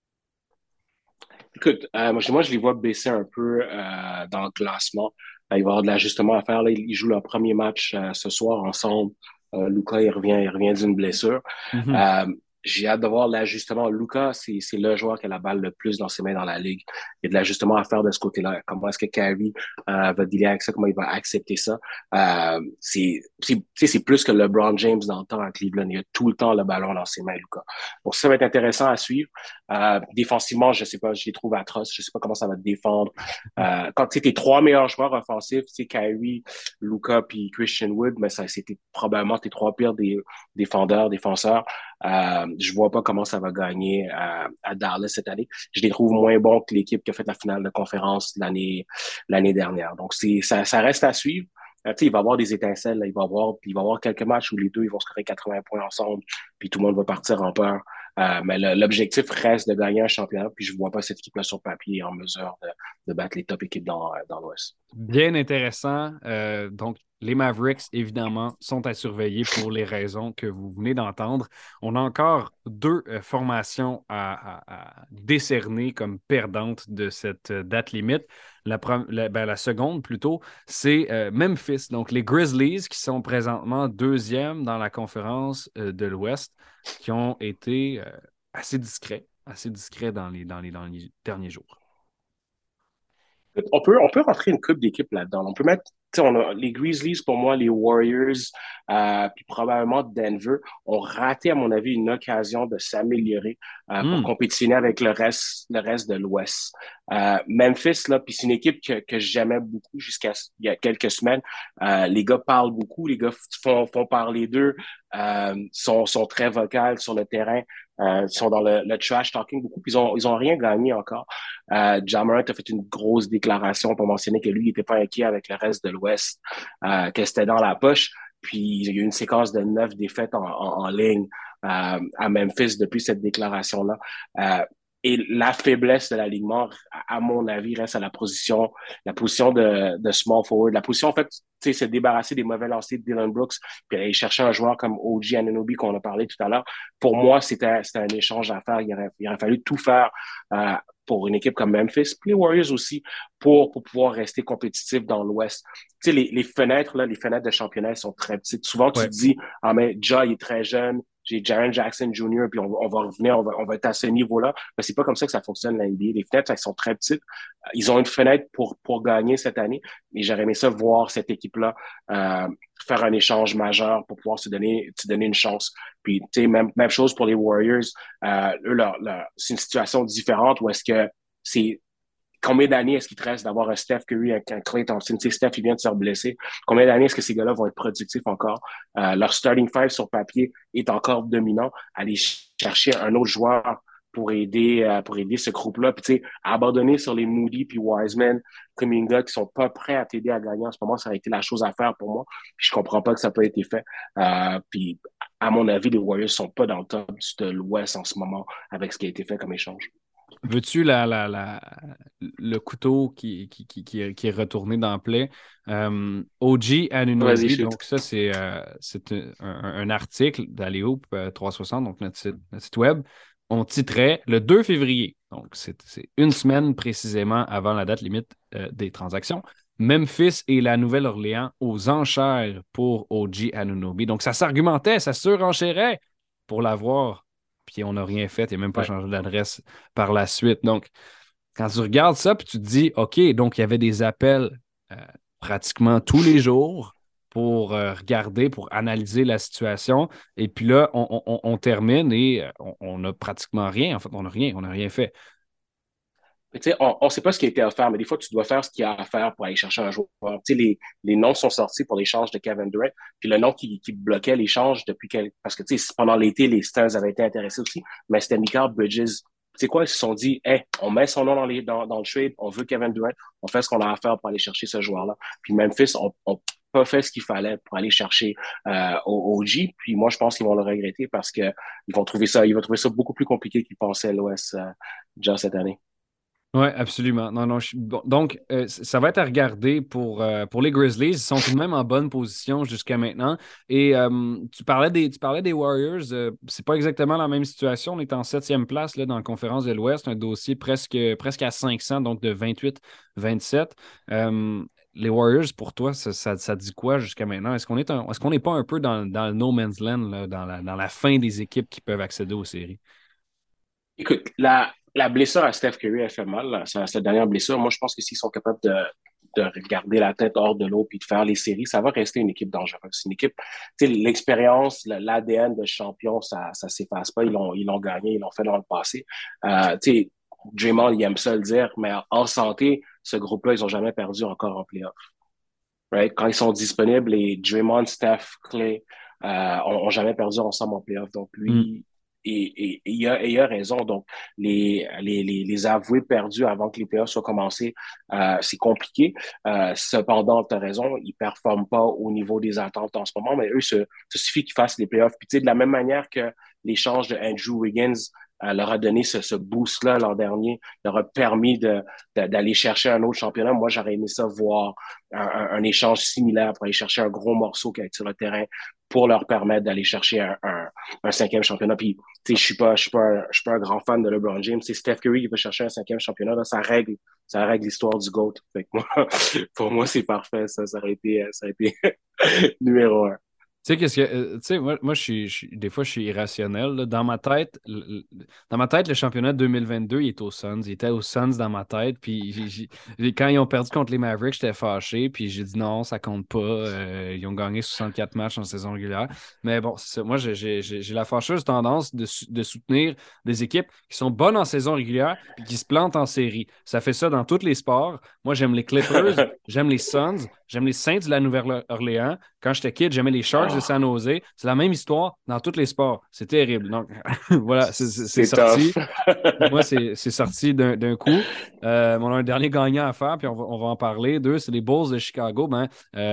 Écoute, moi, je les vois baisser un peu dans le classement. Il va y avoir de l'ajustement à faire. Là, ils jouent leur premier match ce soir ensemble. Luka, il revient d'une blessure. Mhm. Euh, j'ai hâte de voir l'ajustement. Luka, c'est le joueur qui a la balle le plus dans ses mains dans la ligue. Il y a de l'ajustement à faire de ce côté-là. Comment est-ce que Kyrie va dealer avec ça? Comment il va accepter ça? Tu sais, c'est plus que LeBron James dans le temps à Cleveland. Il a tout le temps le ballon dans ses mains, Luka. Donc, ça va être intéressant à suivre. Défensivement, je sais pas, je les trouve atroces. Je sais pas comment ça va te défendre. Quand tu sais, tes trois meilleurs joueurs offensifs, tu sais, Kyrie, Luka puis Christian Wood, mais ça, c'était probablement tes trois pires défenseurs. Je vois pas comment ça va gagner à Dallas cette année. Je les trouve moins bons que l'équipe qui a fait la finale de conférence l'année dernière. Donc, ça reste à suivre. Tu sais, il va y avoir des étincelles, là. Il va y avoir quelques matchs où les deux ils vont scorer 80 points ensemble, puis tout le monde va partir en peur. Mais l'objectif reste de gagner un championnat, puis je vois pas cette équipe-là sur papier en mesure de battre les top équipes dans l'Ouest. Bien intéressant. Donc, les Mavericks, évidemment, sont à surveiller pour les raisons que vous venez d'entendre. On a encore deux formations à décerner comme perdantes de cette date limite. La seconde, plutôt, c'est Memphis. Donc, les Grizzlies, qui sont présentement deuxièmes dans la conférence de l'Ouest, qui ont été assez discrets dans les derniers jours. On peut rentrer une coupe d'équipes là-dedans. On peut mettre, tu sais, on a les Grizzlies, pour moi, les Warriors, puis probablement Denver ont raté, à mon avis, une occasion de s'améliorer pour Hmm. compétitionner avec le reste de l'Ouest. Memphis, là, puis c'est une équipe que j'aimais beaucoup jusqu'à il y a quelques semaines. Les gars parlent beaucoup, les gars font parler d'eux, sont très vocales sur le terrain. Sont dans le trash talking beaucoup, puis ils ont rien gagné encore. Ja Morant a fait une grosse déclaration pour mentionner que lui, il n'était pas inquiet avec le reste de l'Ouest, que c'était dans la poche. Puis il y a eu une séquence de 9 défaites en ligne à Memphis depuis cette déclaration-là. Et la faiblesse de l'alignement, à mon avis, reste à la position de small forward. La position, en fait, tu sais, se débarrasser des mauvais lancers de Dylan Brooks, puis aller chercher un joueur comme OG Anunoby qu'on a parlé tout à l'heure. Pour moi, c'était un échange à faire. Il aurait fallu tout faire pour une équipe comme Memphis, puis les Warriors aussi, pour pouvoir rester compétitifs dans l'Ouest. Tu sais, les fenêtres, là, les fenêtres de championnat, elles sont très petites. Souvent, tu te Ouais. dis, ah, mais Ja, il est très jeune, j'ai Jaren Jackson Jr., puis on va revenir, on va être à ce niveau-là. Mais c'est pas comme ça que ça fonctionne, la NBA. Les fenêtres, elles sont très petites. Ils ont une fenêtre pour gagner cette année, et j'aurais aimé ça voir cette équipe-là euh, faire un échange majeur pour pouvoir se donner une chance. Puis, tu sais, même chose pour les Warriors. Eux, c'est une situation différente où est-ce que c'est combien d'années est-ce qu'il te reste d'avoir un Steph Curry, un Klay Thompson? Tu sais, Steph, il vient de se reblesser. Combien d'années est-ce que ces gars-là vont être productifs encore? Leur starting five sur papier est encore dominant. Aller chercher un autre joueur pour aider ce groupe-là. Puis, tu sais, abandonner sur les Moody puis Wiseman, Kuminga, qui sont pas prêts à t'aider à gagner en ce moment, ça aurait été la chose à faire pour moi. Puis, je comprends pas que ça n'a pas été fait. Puis, à mon avis, les Warriors sont pas dans le top de l'Ouest en ce moment avec ce qui a été fait comme échange. Veux-tu le couteau qui est retourné dans la plaie? OG Vas-y, Anunoby, shoot. donc ça, c'est un article d'Aléoupe 360, donc notre site web. On titrait le 2 février, donc c'est une semaine précisément avant la date limite des transactions. Memphis et la Nouvelle-Orléans aux enchères pour OG Anunoby. Donc ça s'argumentait, ça surenchérait pour l'avoir, puis on n'a rien fait, il n'a même pas Ouais. changé d'adresse par la suite. Donc, quand tu regardes ça, puis tu te dis, OK, donc il y avait des appels euh, pratiquement tous les jours pour regarder, pour analyser la situation. Et puis là, on termine et on n'a pratiquement rien. En fait, on n'a rien fait. Tu sais, on ne sait pas ce qui a été offert, mais des fois, tu dois faire ce qu'il y a à faire pour aller chercher un joueur. Tu sais, les noms sont sortis pour l'échange de Kevin Durant, puis le nom qui bloquait l'échange depuis parce que, tu sais, pendant l'été, les Stars avaient été intéressés aussi, mais c'était Mikal Bridges. Tu sais quoi, ils se sont dit, hey, on met son nom dans le trade, on veut Kevin Durant, on fait ce qu'on a à faire pour aller chercher ce joueur-là. Puis Memphis, on pas fait ce qu'il fallait pour aller chercher OG. Puis moi, je pense qu'ils vont le regretter parce que ils vont trouver ça beaucoup plus compliqué qu'ils pensaient l'Ouest déjà cette année. Oui, absolument. Non, non, bon, donc, ça va être à regarder pour les Grizzlies. Ils sont tout de même en bonne position jusqu'à maintenant. Et tu parlais des Warriors. C'est pas exactement la même situation. On est en septième place là, dans la conférence de l'Ouest, un dossier presque à 500, donc de 28-27. Les Warriors, pour toi, ça dit quoi jusqu'à maintenant? Est-ce qu'on n'est pas un peu dans le no man's land, là, dans la fin des équipes qui peuvent accéder aux séries? Écoute, la blessure à Steph Curry a fait mal, là, sa dernière blessure. Moi, je pense que s'ils sont capables de garder la tête hors de l'eau puis de faire les séries, ça va rester une équipe dangereuse. C'est une équipe, tu sais, l'expérience, l'ADN de champion, ça s'efface pas. Ils l'ont gagné, ils l'ont fait dans le passé. Tu sais, Draymond, il aime ça le dire, mais en santé, ce groupe-là, ils ont jamais perdu encore en playoff. Right? Quand ils sont disponibles, les Draymond, Steph, Clay ont jamais perdu ensemble en playoff. Donc, Hmm. lui, il a raison. Donc, les avoués perdus avant que les playoffs soient commencés, c'est compliqué. Cependant, tu as raison, ils performent pas au niveau des attentes en ce moment, mais eux, ça suffit qu'ils fassent les playoffs. Puis, tu sais, de la même manière que l'échange de Andrew Wiggins leur a donné ce boost-là l'an dernier, leur a permis d'aller chercher un autre championnat. Moi, j'aurais aimé ça voir un échange similaire pour aller chercher un gros morceau qui est sur le terrain pour leur permettre d'aller chercher un cinquième championnat. Puis, tu sais, je suis pas un grand fan de LeBron James. C'est Steph Curry qui veut chercher un cinquième championnat. Là, ça règle l'histoire du GOAT. Fait que moi, pour moi, c'est parfait. Ça aurait été numéro un. Tu sais, tu sais, moi des fois, je suis irrationnel, là. Dans ma tête, le championnat 2022, il est aux Suns. Il était aux Suns dans ma tête. Puis quand ils ont perdu contre les Mavericks, j'étais fâché. Puis j'ai dit non, ça compte pas. Ils ont gagné 64 matchs en saison régulière. Mais bon, c'est ça. Moi, j'ai la fâcheuse tendance de soutenir des équipes qui sont bonnes en saison régulière puis qui se plantent en série. Ça fait ça dans tous les sports. Moi, j'aime les Clippers, j'aime les Suns, j'aime les Saints de la Nouvelle-Orléans. Quand j'étais kid, j'aimais les Sharks de San Jose. C'est la même histoire dans tous les sports. C'est terrible. Donc, voilà, c'est C'est tough. sorti. Pour moi, c'est sorti d'un coup. On a un dernier gagnant à faire, puis on va en parler. Deux, c'est les Bulls de Chicago. Ben,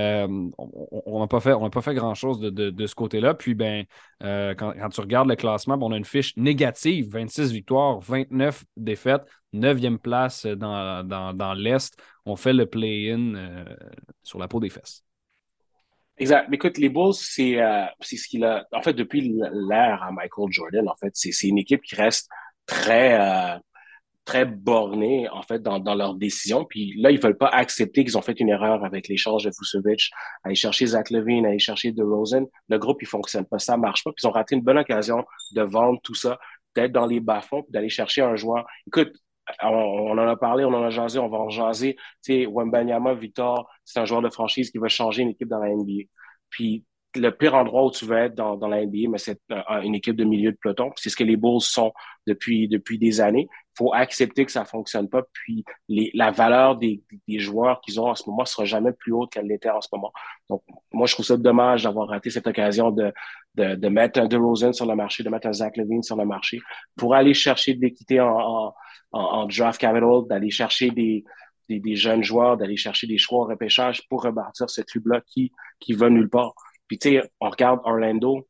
on n'a pas fait grand-chose de ce côté-là. Puis, ben, quand tu regardes le classement, ben, on a une fiche négative, 26 victoires, 29 défaites, 9e place dans l'Est. On fait le play-in sur la peau des fesses. Exact. Mais écoute, les Bulls, c'est ce qu'il a. En fait, depuis l'ère à Michael Jordan, en fait, c'est une équipe qui reste très très bornés, en fait, dans leurs décisions. Puis là, ils veulent pas accepter qu'ils ont fait une erreur avec l'échange de Vucevic, aller chercher Zach LaVine, aller chercher DeRozan. Le groupe, il fonctionne pas, ça marche pas. Puis ils ont raté une bonne occasion de vendre tout ça, d'être dans les bas-fonds, puis d'aller chercher un joueur. Écoute, on en a parlé, on en a jasé, on va en jaser. Tu sais, Wembanyama, Victor, c'est un joueur de franchise qui va changer une équipe dans la NBA. Puis le pire endroit où tu veux être dans la NBA, mais c'est une équipe de milieu de peloton. C'est ce que les Bulls sont depuis des années. Il faut accepter que ça fonctionne pas. Puis la valeur des joueurs qu'ils ont en ce moment sera jamais plus haute qu'elle l'était en ce moment. Donc, moi, je trouve ça dommage d'avoir raté cette occasion de mettre un DeRozan sur le marché, de mettre un Zach LaVine sur le marché pour aller chercher de l'équité en draft capital, d'aller chercher des jeunes joueurs, d'aller chercher des choix au repêchage pour rebâtir ce club-là qui va nulle part. Puis, tu sais, on regarde Orlando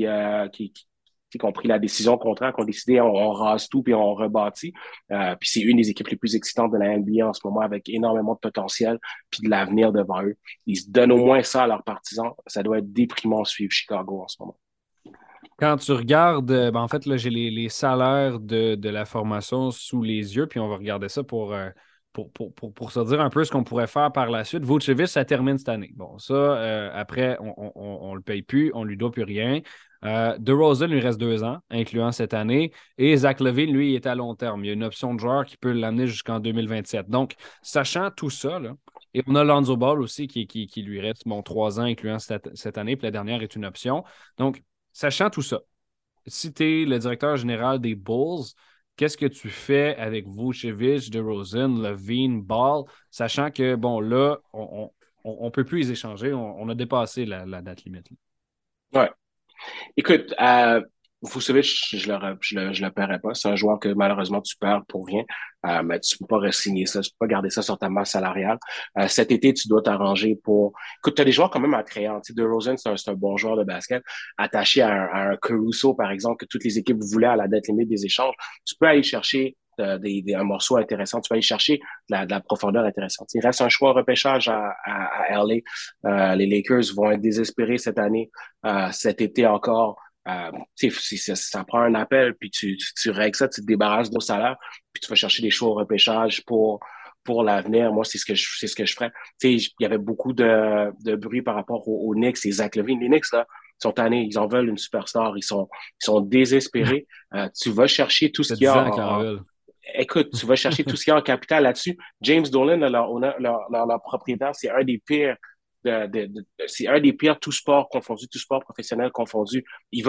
qui ont pris la décision contraire, qui ont décidé on rase tout puis on rebâtit. Puis c'est une des équipes les plus excitantes de la NBA en ce moment avec énormément de potentiel puis de l'avenir devant eux. Ils se donnent au moins ça à leurs partisans. Ça doit être déprimant de suivre Chicago en ce moment. Quand tu regardes, en fait, là, j'ai les salaires de la formation sous les yeux, puis on va regarder ça pour se dire un peu ce qu'on pourrait faire par la suite. Vucevic, ça termine cette année. Bon, ça, après, on le paye plus, on lui doit plus rien. DeRozan, lui reste 2 ans, incluant cette année. Et Zach LaVine, lui, il est à long terme. Il y a une option de joueur qui peut l'amener jusqu'en 2027. Donc, sachant tout ça, là, et on a Lonzo Ball aussi qui lui reste 3 ans, incluant cette année, puis la dernière est une option. Donc, sachant tout ça, si tu es le directeur général des Bulls, qu'est-ce que tu fais avec Vucevic, DeRozan, LaVine, Ball, sachant que, bon, là, on peut plus les échanger. On a dépassé la date limite. Ouais. Écoute, Vucevic, je le paierai pas. C'est un joueur que malheureusement tu perds pour rien. Mais tu peux pas re-signer ça, tu peux pas garder ça sur ta masse salariale. Cet été, tu dois t'arranger pour. Écoute, tu as des joueurs quand même à créer. Tu sais, DeRozan, c'est un bon joueur de basket, attaché à un Caruso, par exemple, que toutes les équipes voulaient à la date limite des échanges. Tu peux aller chercher un morceau intéressant, tu peux aller chercher de la profondeur intéressante. Il reste un choix repêchage à LA. Les Lakers vont être désespérés cette année, cet été encore. Ça prend un appel, puis tu règles ça, tu te débarrasses de ton salaire, puis tu vas chercher des choix au repêchage pour l'avenir. Moi, c'est ce que je ferais. Tu sais, il y avait beaucoup de bruit par rapport aux Knicks et Zach LaVine. Les Knicks, là, sont tannés, ils en veulent une superstar, ils sont désespérés. Tu vas chercher tout ce Ça qu'il y 10 a ans qu'ils en veulent. Écoute, tu vas chercher tout ce qu'il y a en capital là-dessus. James Dolan, leur propriétaire, c'est un des pires c'est un des pires tout sport confondu, tout sport professionnel confondu.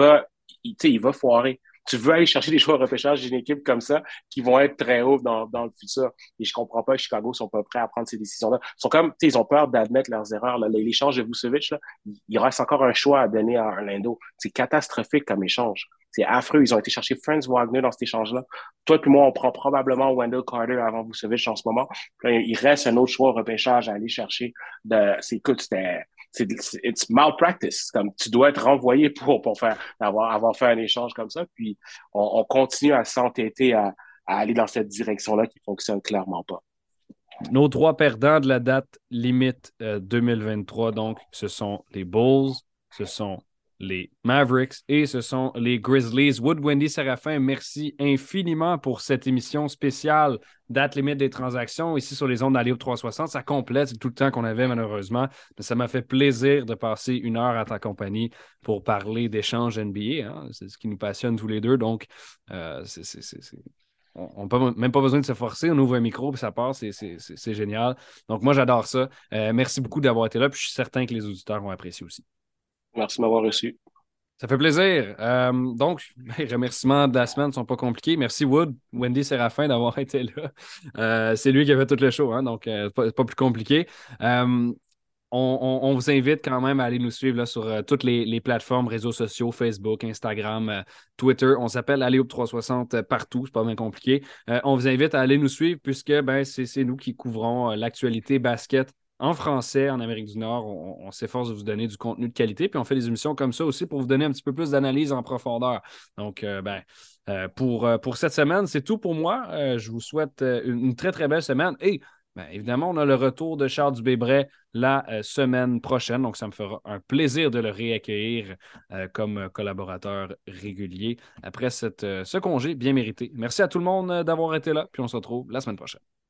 Il va foirer. Tu veux aller chercher des joueurs de repêchage d'une équipe comme ça qui vont être très hauts dans le futur. Et je comprends pas que Chicago sont pas prêts à prendre ces décisions-là. Ils sont comme, ils ont peur d'admettre leurs erreurs. Là. L'échange de Vucevic, là, il reste encore un choix à donner à Orlando. C'est catastrophique comme échange. C'est affreux. Ils ont été chercher Franz Wagner dans cet échange-là. Toi et moi, on prend probablement Wendell Carter avant Vucevic en ce moment. Là, il reste un autre choix au repêchage à aller chercher. Écoute, it's malpractice. Comme tu dois être renvoyé pour avoir fait un échange comme ça. Puis on continue à s'entêter à aller dans cette direction-là qui fonctionne clairement pas. Nos 3 perdants de la date limite 2023, donc, ce sont les Bulls, ce sont les Mavericks et ce sont les Grizzlies. Wood, Wendy, Séraphin, merci infiniment pour cette émission spéciale date limite des transactions ici sur les ondes d'Aléo 360. Ça complète tout le temps qu'on avait malheureusement, mais ça m'a fait plaisir de passer 1 heure à ta compagnie pour parler d'échanges NBA. Hein. C'est ce qui nous passionne tous les deux, donc on n'a même pas besoin de se forcer. On ouvre un micro et ça passe. C'est génial. Donc, moi, j'adore ça. Merci beaucoup d'avoir été là. Puis je suis certain que les auditeurs vont apprécier aussi. Merci de m'avoir reçu. Ça fait plaisir. Donc, les remerciements de la semaine ne sont pas compliqués. Merci Wood, Wendy Séraphin d'avoir été là. C'est lui qui a fait tout le show, hein, donc pas plus compliqué. On vous invite quand même à aller nous suivre là, sur toutes les plateformes, réseaux sociaux, Facebook, Instagram, Twitter. On s'appelle Aléo 360 partout, c'est pas bien compliqué. On vous invite à aller nous suivre puisque c'est nous qui couvrons l'actualité basket en français, en Amérique du Nord. On s'efforce de vous donner du contenu de qualité, puis on fait des émissions comme ça aussi pour vous donner un petit peu plus d'analyse en profondeur. Donc, pour cette semaine, c'est tout pour moi. Je vous souhaite une très, très belle semaine. Et Ben, évidemment, on a le retour de Charles Dubé-Bret la semaine prochaine, donc ça me fera un plaisir de le réaccueillir comme collaborateur régulier après ce congé bien mérité. Merci à tout le monde d'avoir été là, puis on se retrouve la semaine prochaine.